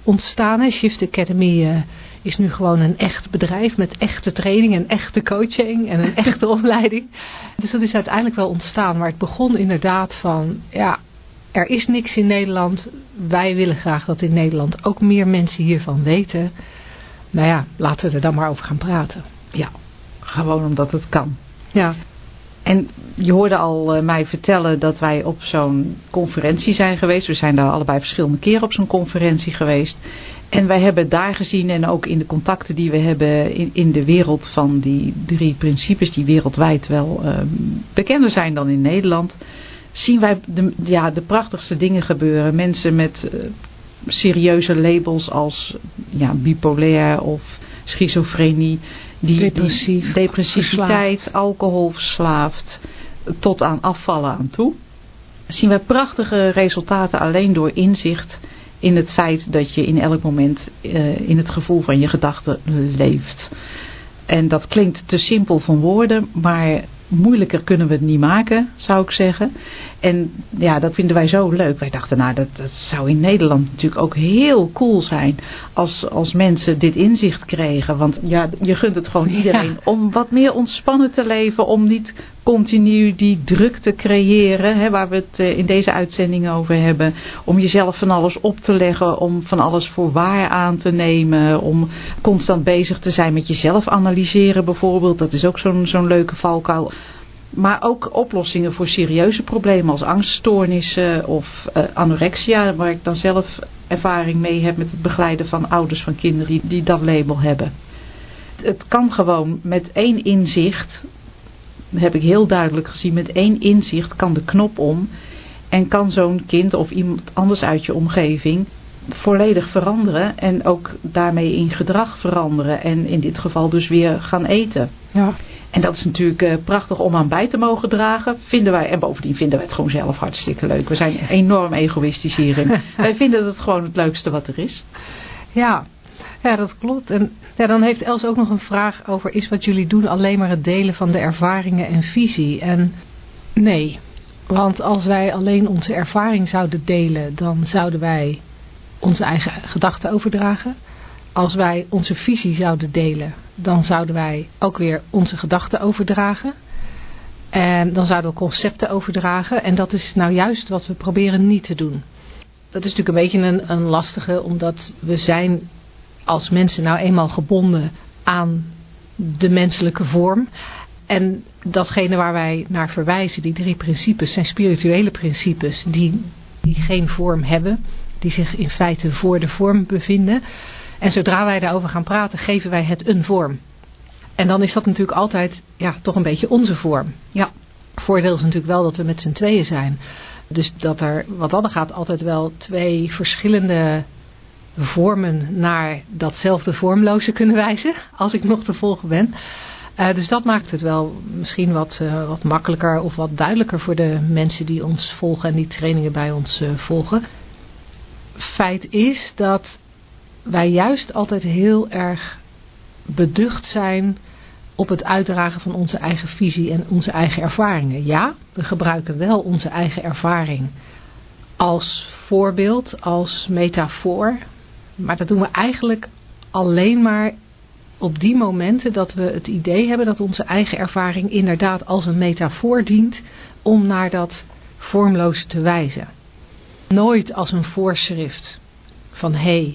ontstaan. Hè. Shift Academy uh, is nu gewoon een echt bedrijf met echte training en echte coaching en een echte opleiding. Dus dat is uiteindelijk wel ontstaan. Maar het begon inderdaad van, ja, er is niks in Nederland. Wij willen graag dat in Nederland ook meer mensen hiervan weten. Nou ja, laten we er dan maar over gaan praten. Ja, gewoon omdat het kan. Ja. En je hoorde al uh, mij vertellen dat wij op zo'n conferentie zijn geweest. We zijn daar allebei verschillende keren op zo'n conferentie geweest. En wij hebben daar gezien en ook in de contacten die we hebben in, in de wereld van die drie principes, die wereldwijd wel uh, bekender zijn dan in Nederland, zien wij de, ja, de prachtigste dingen gebeuren. Mensen met uh, serieuze labels als ja, bipolair of schizofrenie, die, Depressief, die depressiviteit, verslaafd. alcohol verslaafd, tot aan afvallen aan toe. Zien wij prachtige resultaten alleen door inzicht in het feit dat je in elk moment uh, in het gevoel van je gedachten leeft. En dat klinkt te simpel van woorden, maar moeilijker kunnen we het niet maken, zou ik zeggen. En ja, dat vinden wij zo leuk. Wij dachten, nou, dat, dat zou in Nederland natuurlijk ook heel cool zijn als, als mensen dit inzicht kregen. Want ja, je gunt het gewoon iedereen ja. om wat meer ontspannen te leven, om niet continu die druk te creëren, hè, waar we het uh, in deze uitzending over hebben. Om jezelf van alles op te leggen, om van alles voor waar aan te nemen, om constant bezig te zijn met jezelf analyseren bijvoorbeeld. Dat is ook zo'n, zo'n leuke valkuil. Maar ook oplossingen voor serieuze problemen als angststoornissen of uh, anorexia, waar ik dan zelf ervaring mee heb met het begeleiden van ouders van kinderen die, die dat label hebben. Het kan gewoon met één inzicht, dat heb ik heel duidelijk gezien, met één inzicht kan de knop om en kan zo'n kind of iemand anders uit je omgeving volledig veranderen en ook daarmee in gedrag veranderen en in dit geval dus weer gaan eten. Ja. En dat is natuurlijk uh, prachtig om aan bij te mogen dragen, vinden wij. En bovendien vinden wij het gewoon zelf hartstikke leuk. We zijn enorm egoïstisch hierin. Wij vinden het gewoon het leukste wat er is. Ja, ja dat klopt. En ja, dan heeft Els ook nog een vraag over, is wat jullie doen alleen maar het delen van de ervaringen en visie? En nee, want als wij alleen onze ervaring zouden delen, dan zouden wij onze eigen gedachten overdragen. Als wij onze visie zouden delen, dan zouden wij ook weer onze gedachten overdragen. En dan zouden we concepten overdragen. En dat is nou juist wat we proberen niet te doen. Dat is natuurlijk een beetje een, een lastige, omdat we zijn als mensen nou eenmaal gebonden aan de menselijke vorm. En datgene waar wij naar verwijzen, die drie principes, zijn spirituele principes die, die geen vorm hebben. Die zich in feite voor de vorm bevinden. En zodra wij daarover gaan praten, geven wij het een vorm. En dan is dat natuurlijk altijd ja, toch een beetje onze vorm. Ja, voordeel is natuurlijk wel dat we met z'n tweeën zijn. Dus dat er, wat dat gaat, altijd wel twee verschillende vormen naar datzelfde vormloze kunnen wijzen. Als ik nog te volgen ben. Uh, dus dat maakt het wel misschien wat, uh, wat makkelijker of wat duidelijker voor de mensen die ons volgen en die trainingen bij ons uh, volgen. Feit is dat wij juist altijd heel erg beducht zijn op het uitdragen van onze eigen visie en onze eigen ervaringen. Ja, we gebruiken wel onze eigen ervaring als voorbeeld, als metafoor. Maar dat doen we eigenlijk alleen maar op die momenten dat we het idee hebben dat onze eigen ervaring inderdaad als een metafoor dient om naar dat vormloze te wijzen. Nooit als een voorschrift van hé, hey,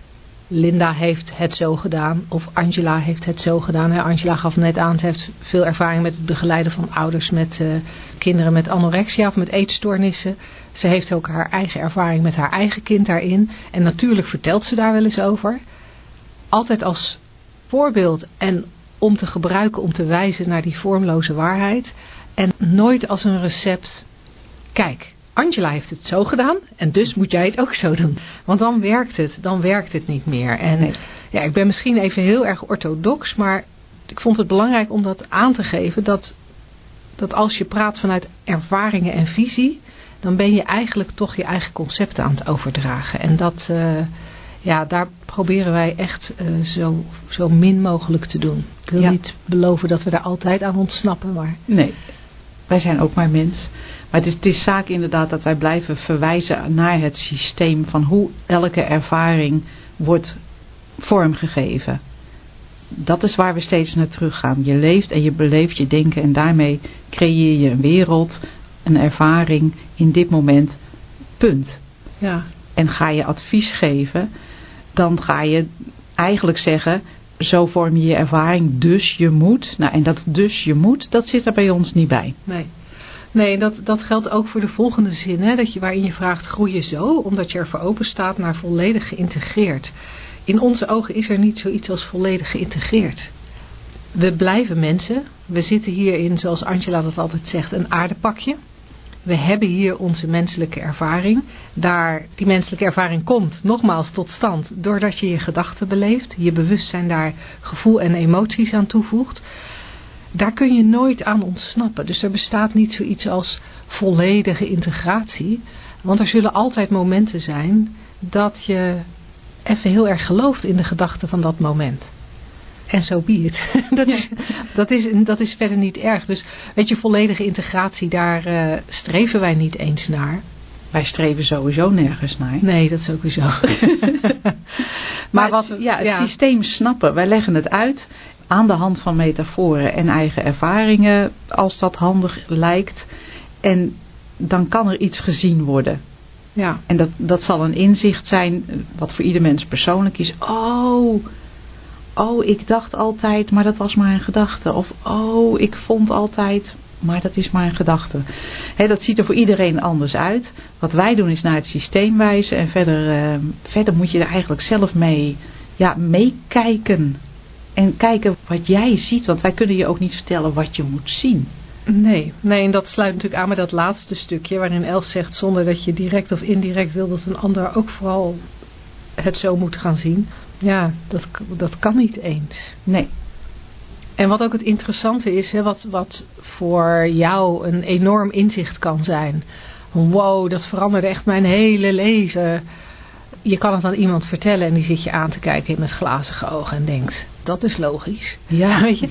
Linda heeft het zo gedaan of Angela heeft het zo gedaan. Angela gaf net aan, ze heeft veel ervaring met het begeleiden van ouders met uh, kinderen met anorexia of met eetstoornissen. Ze heeft ook haar eigen ervaring met haar eigen kind daarin. En natuurlijk vertelt ze daar wel eens over. Altijd als voorbeeld en om te gebruiken, om te wijzen naar die vormloze waarheid. En nooit als een recept. Kijk, Angela heeft het zo gedaan en dus moet jij het ook zo doen. Want dan werkt het, dan werkt het niet meer. En nee. ja, ik ben misschien even heel erg orthodox, maar ik vond het belangrijk om dat aan te geven. Dat, dat als je praat vanuit ervaringen en visie, dan ben je eigenlijk toch je eigen concepten aan het overdragen. En dat, uh, ja, daar proberen wij echt uh, zo, zo min mogelijk te doen. Ik wil ja. niet beloven dat we daar altijd aan ontsnappen, maar... Nee. Wij zijn ook maar mens. Maar het is, het is zaak inderdaad dat wij blijven verwijzen naar het systeem van hoe elke ervaring wordt vormgegeven. Dat is waar we steeds naar terug gaan. Je leeft en je beleeft je denken en daarmee creëer je een wereld, een ervaring in dit moment. Punt. Ja. En ga je advies geven, dan ga je eigenlijk zeggen, zo vorm je je ervaring, dus je moet. Nou, en dat dus je moet, dat zit er bij ons niet bij. Nee. Nee, dat, dat geldt ook voor de volgende zin, hè, dat je, waarin je vraagt, groei je zo, omdat je ervoor open staat naar volledig geïntegreerd. In onze ogen is er niet zoiets als volledig geïntegreerd. We blijven mensen. We zitten hier in, zoals Angela dat altijd zegt, een aardepakje. We hebben hier onze menselijke ervaring. Daar, die menselijke ervaring komt nogmaals tot stand doordat je je gedachten beleeft. Je bewustzijn daar gevoel en emoties aan toevoegt. Daar kun je nooit aan ontsnappen. Dus er bestaat niet zoiets als volledige integratie. Want er zullen altijd momenten zijn dat je even heel erg gelooft in de gedachten van dat moment. En zo be it. Dat is, dat, is, dat is verder niet erg. Dus weet je, volledige integratie, daar uh, streven wij niet eens naar. Wij streven sowieso nergens naar. Nee, dat is ook weer zo. maar maar wat, het, ja, het ja. systeem snappen. Wij leggen het uit aan de hand van metaforen en eigen ervaringen, als dat handig lijkt. En dan kan er iets gezien worden. Ja. En dat, dat zal een inzicht zijn, wat voor ieder mens persoonlijk is. Oh, oh, ik dacht altijd, maar dat was maar een gedachte. Of, oh, ik vond altijd, maar dat is maar een gedachte. He, dat ziet er voor iedereen anders uit. Wat wij doen is naar het systeem wijzen. En verder, uh, verder moet je er eigenlijk zelf mee, ja, meekijken. En kijken wat jij ziet. Want wij kunnen je ook niet vertellen wat je moet zien. Nee, nee, en dat sluit natuurlijk aan met dat laatste stukje. Waarin Els zegt, zonder dat je direct of indirect wil dat een ander ook vooral het zo moet gaan zien. Ja, dat, dat kan niet eens. Nee. En wat ook het interessante is, hè, wat, wat voor jou een enorm inzicht kan zijn. Wow, dat veranderde echt mijn hele leven. Je kan het aan iemand vertellen en die zit je aan te kijken met glazige ogen en denkt, dat is logisch. Ja, weet je.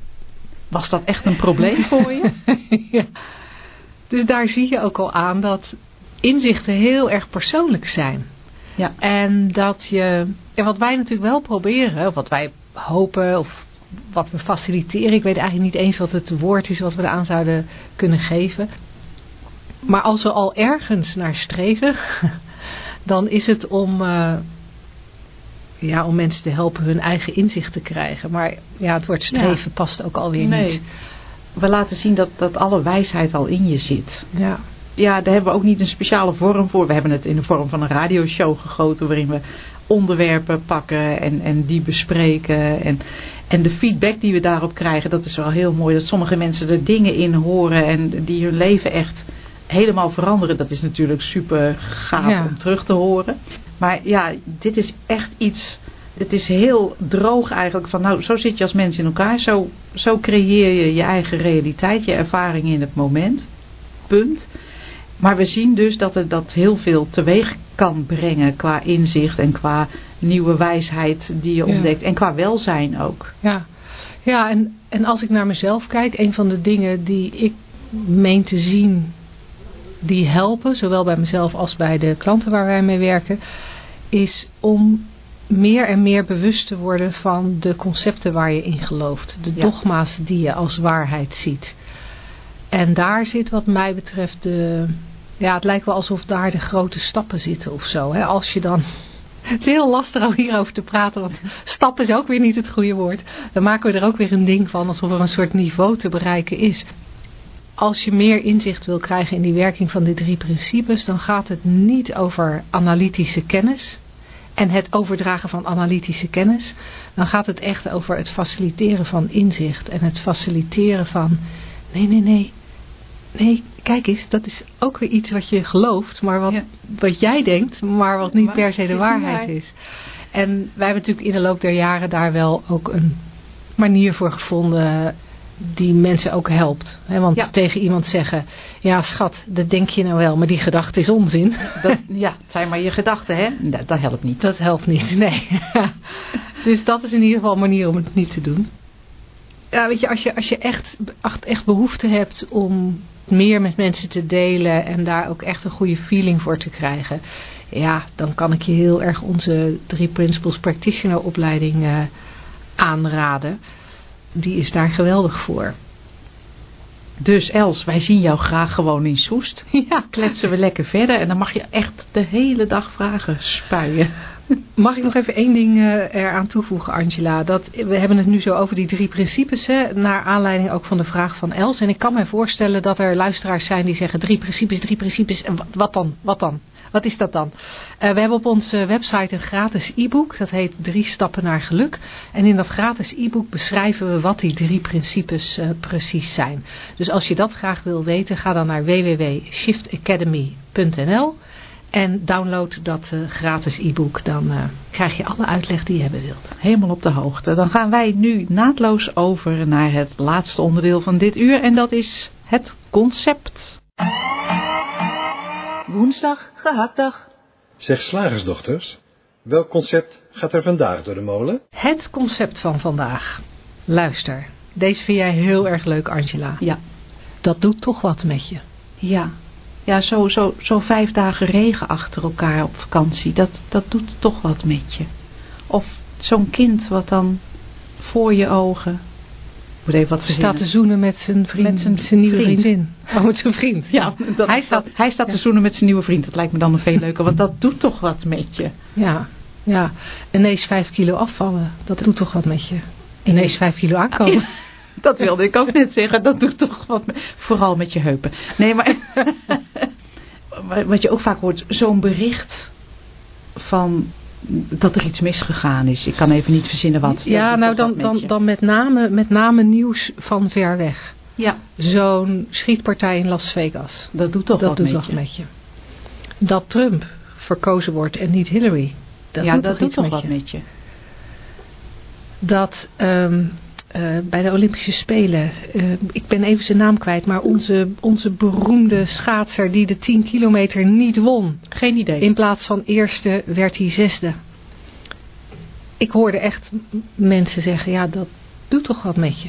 Was dat echt een probleem voor je? Ja. Dus daar zie je ook al aan dat inzichten heel erg persoonlijk zijn. Ja. En dat je, en wat wij natuurlijk wel proberen, of wat wij hopen, of wat we faciliteren, ik weet eigenlijk niet eens wat het woord is wat we eraan zouden kunnen geven. Maar als we al ergens naar streven, dan is het om, uh, ja, om mensen te helpen hun eigen inzicht te krijgen. Maar ja, het woord streven ja. past ook alweer nee. niet. We laten zien dat, dat alle wijsheid al in je zit. Ja. Ja, daar hebben we ook niet een speciale vorm voor. We hebben het in de vorm van een radioshow gegoten waarin we onderwerpen pakken en, en die bespreken. En, en de feedback die we daarop krijgen, dat is wel heel mooi. Dat sommige mensen er dingen in horen en die hun leven echt helemaal veranderen. Dat is natuurlijk super gaaf ja. om terug te horen. Maar ja, dit is echt iets, het is heel droog eigenlijk van nou, zo zit je als mens in elkaar. Zo, zo creëer je je eigen realiteit, je ervaring in het moment. Punt. Maar we zien dus dat het dat heel veel teweeg kan brengen qua inzicht en qua nieuwe wijsheid die je ontdekt. Ja. En qua welzijn ook. Ja, ja en, en als ik naar mezelf kijk, een van de dingen die ik meen te zien die helpen, zowel bij mezelf als bij de klanten waar wij mee werken, is om meer en meer bewust te worden van de concepten waar je in gelooft. De ja. dogma's die je als waarheid ziet. En daar zit wat mij betreft de, ja, het lijkt wel alsof daar de grote stappen zitten of zo. Hè? Als je dan, het is heel lastig om hierover te praten, want stap is ook weer niet het goede woord. Dan maken we er ook weer een ding van, alsof er een soort niveau te bereiken is. Als je meer inzicht wil krijgen in die werking van die drie principes, dan gaat het niet over analytische kennis en het overdragen van analytische kennis. Dan gaat het echt over het faciliteren van inzicht en het faciliteren van, nee, nee, nee. Nee, kijk eens, dat is ook weer iets wat je gelooft, maar wat, ja. wat jij denkt, maar wat niet maar per se de waarheid is. En wij hebben natuurlijk in de loop der jaren daar wel ook een manier voor gevonden die mensen ook helpt. He, want ja. tegen iemand zeggen, ja schat, dat denk je nou wel, maar die gedachte is onzin. Dat, ja, het zijn maar je gedachten, hè? Dat, dat helpt niet. Dat helpt niet, nee. Dus dat is in ieder geval een manier om het niet te doen. Ja, weet je, als je, als je echt, echt behoefte hebt om meer met mensen te delen en daar ook echt een goede feeling voor te krijgen, ja, dan kan ik je heel erg onze drie Principles Practitioner opleiding uh, aanraden. Die is daar geweldig voor. Dus Els, wij zien jou graag gewoon in Soest. Ja. Kletsen we lekker verder en dan mag je echt de hele dag vragen spuien. Mag ik nog even één ding uh, eraan toevoegen, Angela? Dat, we hebben het nu zo over die drie principes, hè, naar aanleiding ook van de vraag van Els. En ik kan me voorstellen dat er luisteraars zijn die zeggen drie principes, drie principes. En wat, wat dan? Wat dan? Wat is dat dan? Uh, we hebben op onze website een gratis e-book. Dat heet Drie Stappen naar Geluk. En in dat gratis e-book beschrijven we wat die drie principes uh, precies zijn. Dus als je dat graag wil weten, ga dan naar w w w punt shift academy punt n l en download dat uh, gratis e-book. Dan uh, krijg je alle uitleg die je hebben wilt. Helemaal op de hoogte. Dan gaan wij nu naadloos over naar het laatste onderdeel van dit uur. En dat is het concept. Woensdag, gehaktdag. Zeg slagersdochters, welk concept gaat er vandaag door de molen? Het concept van vandaag. Luister, deze vind jij heel erg leuk, Angela. Ja. Dat doet toch wat met je. Ja. Ja, zo, zo, zo vijf dagen regen achter elkaar op vakantie, dat, dat doet toch wat met je. Of zo'n kind wat dan voor je ogen... Moet even wat staat te zoenen met zijn vriend, met zijn, zijn nieuwe vriend. vriendin. Oh, met zijn vriend. Ja, dat, hij staat, hij staat ja. te zoenen met zijn nieuwe vriend. Dat lijkt me dan nog veel leuker, want dat doet toch wat met je. Ja, ja. Ineens vijf kilo afvallen, dat, dat doet toch wat met je. Ineens vijf kilo aankomen. Ja, dat wilde ik ook net zeggen, dat doet toch wat met, vooral met je heupen. Nee, maar wat je ook vaak hoort, zo'n bericht van... dat er iets misgegaan is. Ik kan even niet verzinnen wat. Ja, nou dan, dan, dan met, name, met name nieuws van ver weg. Ja. Zo'n schietpartij in Las Vegas. Dat doet toch dat wat doet met, toch je. met je. Dat Trump verkozen wordt en niet Hillary. Dat ja, doet dat toch, doet iets toch met wat je. met je. Dat um, uh, bij de Olympische Spelen, uh, ik ben even zijn naam kwijt, maar onze, onze beroemde schaatser die de tien kilometer niet won. Geen idee. In plaats van eerste werd hij zesde. Ik hoorde echt mensen zeggen, ja, dat doet toch wat met je.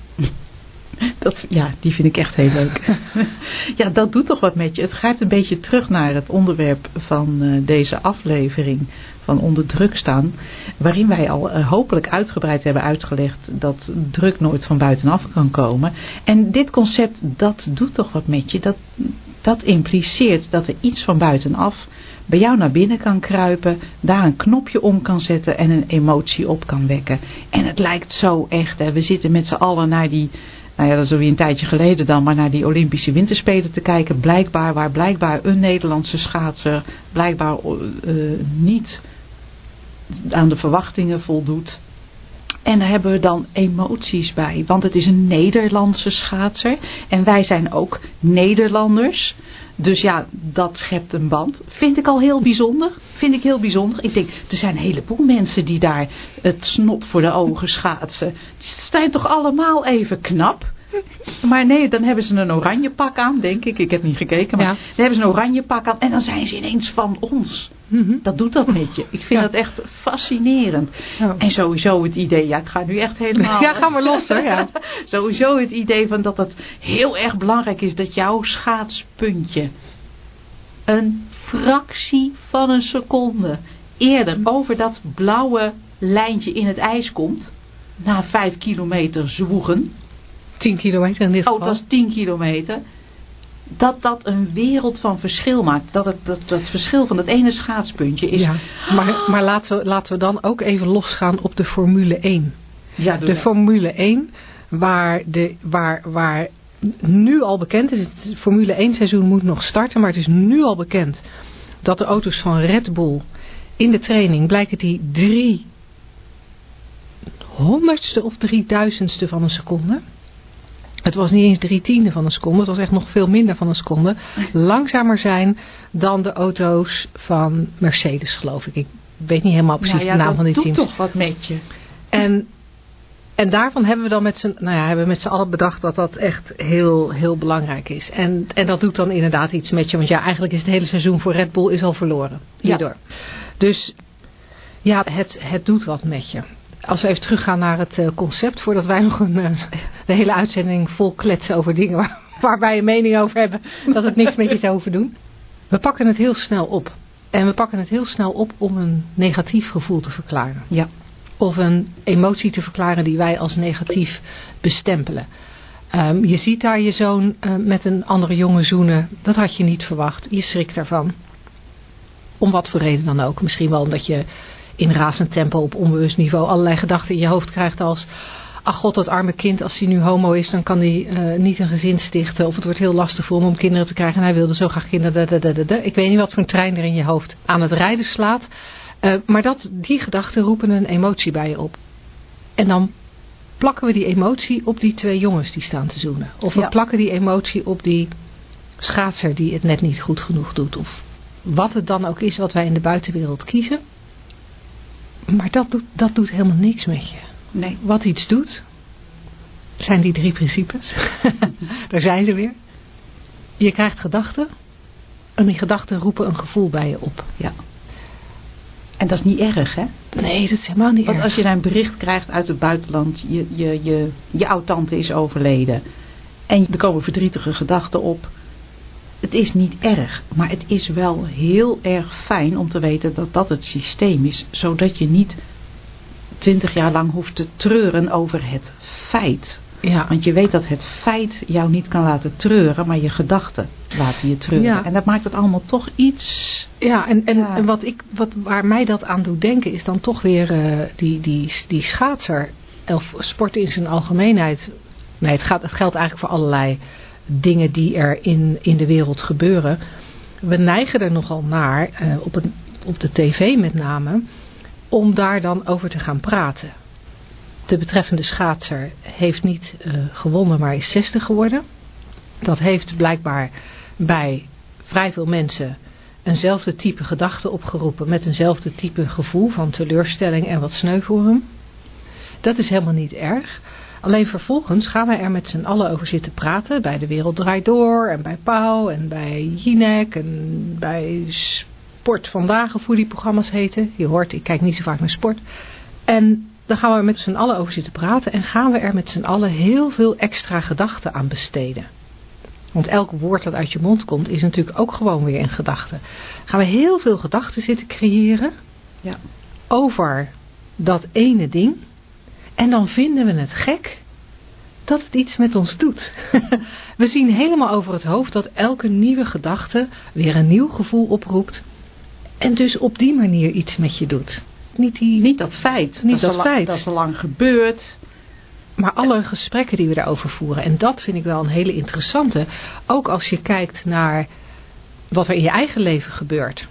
Dat, ja, die vind ik echt heel leuk. Ja, dat doet toch wat met je. Het grijpt een beetje terug naar het onderwerp van uh, deze aflevering van Onder Druk staan. Waarin wij al uh, hopelijk uitgebreid hebben uitgelegd dat druk nooit van buitenaf kan komen. En dit concept, dat doet toch wat met je. Dat, dat impliceert dat er iets van buitenaf bij jou naar binnen kan kruipen, daar een knopje om kan zetten en een emotie op kan wekken. En het lijkt zo echt, hè. We zitten met z'n allen naar die, nou ja, dat is alweer een tijdje geleden dan, maar naar die Olympische Winterspelen te kijken. Blijkbaar, waar blijkbaar een Nederlandse schaatser blijkbaar uh, niet aan de verwachtingen voldoet. En daar hebben we dan emoties bij, want het is een Nederlandse schaatser en wij zijn ook Nederlanders. Dus ja, dat schept een band. Vind ik al heel bijzonder. Vind ik heel bijzonder. Ik denk, er zijn een heleboel mensen die daar het snot voor de ogen schaatsen. Die zijn toch allemaal even knap? Maar nee, dan hebben ze een oranje pak aan, denk ik. Ik heb niet gekeken, maar ja. Dan hebben ze een oranje pak aan en dan zijn ze ineens van ons. Mm-hmm. Dat doet dat met je. Ik vind ja. dat echt fascinerend. Ja. En sowieso het idee, ja, ik ga nu echt helemaal... Ja, ga maar los, hoor. Ja. Sowieso het idee van dat het heel erg belangrijk is dat jouw schaatspuntje een fractie van een seconde eerder over dat blauwe lijntje in het ijs komt, na vijf kilometer zwoegen. Tien kilometer in dit geval. Oh, dat was tien kilometer. Dat dat een wereld van verschil maakt. Dat het dat, dat verschil van dat ene schaatspuntje is... Ja, maar maar laten, we, laten we dan ook even losgaan op de Formule één. Ja, de Formule één, waar, de, waar, waar nu al bekend is... Het Formule één seizoen moet nog starten, maar het is nu al bekend... dat de auto's van Red Bull in de training blijken die drie honderdste of drieduizendste van een seconde... Het was niet eens drie tiende van een seconde. Het was echt nog veel minder van een seconde. Langzamer zijn dan de auto's van Mercedes, geloof ik. Ik weet niet helemaal precies nou ja, de naam van die teams. Dat doet toch wat met je. En, en daarvan hebben we dan met z'n, nou ja, hebben we met z'n allen bedacht dat dat echt heel, heel belangrijk is. En, en dat doet dan inderdaad iets met je. Want ja, eigenlijk is het hele seizoen voor Red Bull is al verloren. Hierdoor. Ja. Dus ja, het, het doet wat met je. Als we even teruggaan naar het uh, concept, voordat wij nog een, uh, de hele uitzending vol kletsen over dingen waar, waar wij een mening over hebben, dat het niks met je zou hoeven doen. We pakken het heel snel op. En we pakken het heel snel op om een negatief gevoel te verklaren. Ja. Of een emotie te verklaren die wij als negatief bestempelen. Um, je ziet daar je zoon uh, met een andere jongen zoenen. Dat had je niet verwacht. Je schrikt daarvan. Om wat voor reden dan ook. Misschien wel omdat je in razend tempo op onbewust niveau allerlei gedachten in je hoofd krijgt als... Ach god, dat arme kind, als hij nu homo is, dan kan hij uh, niet een gezin stichten. Of het wordt heel lastig voor hem om kinderen te krijgen. En hij wilde zo graag kinderen. Da, da, da, da. Ik weet niet wat voor een trein er in je hoofd aan het rijden slaat. Uh, maar dat, die gedachten roepen een emotie bij je op. En dan plakken we die emotie op die twee jongens die staan te zoenen. Of we ja. plakken die emotie op die schaatser die het net niet goed genoeg doet. Of wat het dan ook is wat wij in de buitenwereld kiezen. Maar dat doet, dat doet helemaal niks met je. Nee. Wat iets doet, zijn die drie principes. Daar zijn ze weer. Je krijgt gedachten. En die gedachten roepen een gevoel bij je op. Ja. En dat is niet erg, hè? Nee, dat is helemaal niet Want erg. als je een bericht krijgt uit het buitenland, je, je, je, je oud-tante is overleden. En er komen verdrietige gedachten op. Het is niet erg, maar het is wel heel erg fijn om te weten dat dat het systeem is. Zodat je niet twintig jaar lang hoeft te treuren over het feit. Ja. Want je weet dat het feit jou niet kan laten treuren, maar je gedachten laten je treuren. Ja. En dat maakt het allemaal toch iets... Ja, en, en, Ja. en wat ik, wat, waar mij dat aan doet denken is dan toch weer uh, die, die, die schaatser, of sport in zijn algemeenheid. Nee, het, gaat, het geldt eigenlijk voor allerlei dingen die er in, in de wereld gebeuren. We neigen er nogal naar, uh, op, het, op de tv met name, om daar dan over te gaan praten. De betreffende schaatser heeft niet uh, gewonnen, maar is zestig geworden. Dat heeft blijkbaar bij vrij veel mensen eenzelfde type gedachte opgeroepen met eenzelfde type gevoel van teleurstelling en wat sneu voor hem. Dat is helemaal niet erg. Alleen vervolgens gaan wij er met z'n allen over zitten praten. Bij De Wereld Draait Door en bij Pauw en bij Jinek en bij Sport Vandaag, of hoe die programma's heten. Je hoort, ik kijk niet zo vaak naar sport. En dan gaan we er met z'n allen over zitten praten en gaan we er met z'n allen heel veel extra gedachten aan besteden. Want elk woord dat uit je mond komt is natuurlijk ook gewoon weer een gedachte. Gaan we heel veel gedachten zitten creëren Ja. over dat ene ding. En dan vinden we het gek dat het iets met ons doet. We zien helemaal over het hoofd dat elke nieuwe gedachte weer een nieuw gevoel oproept. En dus op die manier iets met je doet. Niet, die, Niet dat feit. Niet dat, dat is al, feit. dat is al lang gebeurd. Maar alle gesprekken die we daarover voeren. En dat vind ik wel een hele interessante. Ook als je kijkt naar wat er in je eigen leven gebeurt.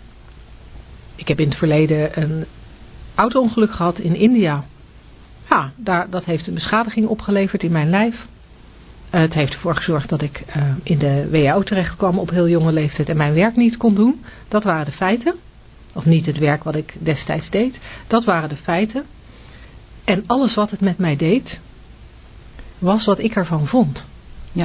Ik heb in het verleden een auto-ongeluk gehad in India. Ja, daar, dat heeft een beschadiging opgeleverd in mijn lijf. Uh, het heeft ervoor gezorgd dat ik uh, in de W A O terecht kwam op heel jonge leeftijd en mijn werk niet kon doen. Dat waren de feiten. Of niet het werk wat ik destijds deed. Dat waren de feiten. En alles wat het met mij deed, was wat ik ervan vond. Ja.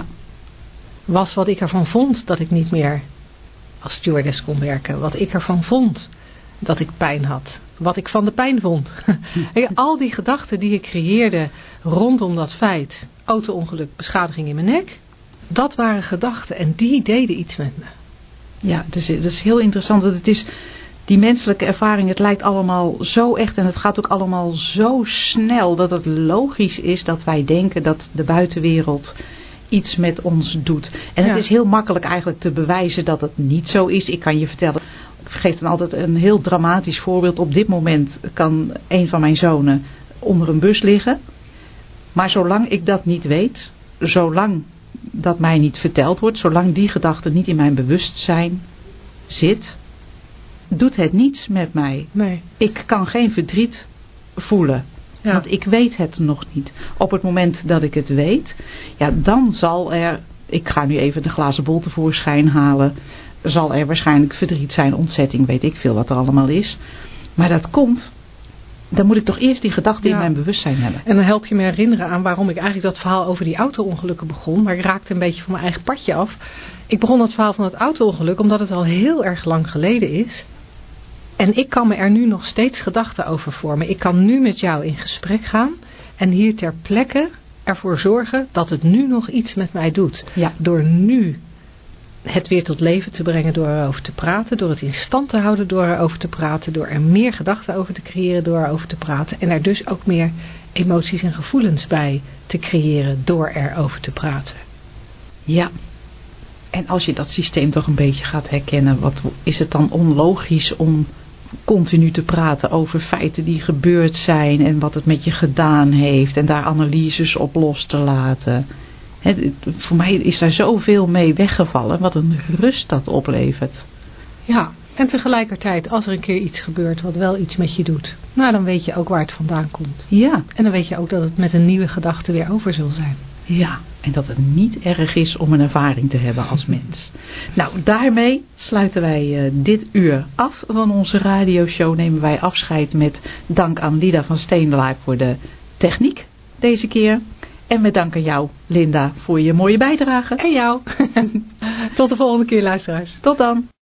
Was wat ik ervan vond dat ik niet meer als stewardess kon werken. Wat ik ervan vond dat ik pijn had. Wat ik van de pijn vond. Al die gedachten die ik creëerde rondom dat feit. Auto-ongeluk, beschadiging in mijn nek. Dat waren gedachten en die deden iets met me. Ja, dus, dat is heel interessant. Want het is die menselijke ervaring, het lijkt allemaal zo echt en het gaat ook allemaal zo snel dat het logisch is dat wij denken dat de buitenwereld iets met ons doet. En Ja. het is heel makkelijk eigenlijk te bewijzen dat het niet zo is. Ik kan je vertellen, ik geef dan altijd een heel dramatisch voorbeeld. Op dit moment kan een van mijn zonen onder een bus liggen. Maar zolang ik dat niet weet, zolang dat mij niet verteld wordt, zolang die gedachte niet in mijn bewustzijn zit, doet het niets met mij. Nee. Ik kan geen verdriet voelen. Ja. Want ik weet het nog niet. Op het moment dat ik het weet, ja, dan zal er, ik ga nu even de glazen bol tevoorschijn halen, zal er waarschijnlijk verdriet zijn, ontzetting, weet ik veel wat er allemaal is. Maar dat komt, dan moet ik toch eerst die gedachte Ja. in mijn bewustzijn hebben. En dan help je me herinneren aan waarom ik eigenlijk dat verhaal over die auto-ongelukken begon. Maar ik raakte een beetje van mijn eigen padje af. Ik begon dat verhaal van het auto-ongeluk omdat het al heel erg lang geleden is. En ik kan me er nu nog steeds gedachten over vormen. Ik kan nu met jou in gesprek gaan en hier ter plekke ervoor zorgen dat het nu nog iets met mij doet. Ja. Door nu het weer tot leven te brengen door erover te praten. Door het in stand te houden door erover te praten. Door er meer gedachten over te creëren door erover te praten. En er dus ook meer emoties en gevoelens bij te creëren door erover te praten. Ja. En als je dat systeem toch een beetje gaat herkennen, wat is het dan onlogisch om continu te praten over feiten die gebeurd zijn en wat het met je gedaan heeft en daar analyses op los te laten. He, voor mij is daar zoveel mee weggevallen, wat een rust dat oplevert. Ja, en tegelijkertijd als er een keer iets gebeurt wat wel iets met je doet, nou dan weet je ook waar het vandaan komt. Ja. En dan weet je ook dat het met een nieuwe gedachte weer over zal zijn. Ja, en dat het niet erg is om een ervaring te hebben als mens. Nou, daarmee sluiten wij uh, dit uur af van onze radioshow. Nemen wij afscheid met dank aan Lida van Steendelaar voor de techniek deze keer. En met dank aan jou, Linda, voor je mooie bijdrage. En jou. Tot de volgende keer, luisteraars. Tot dan.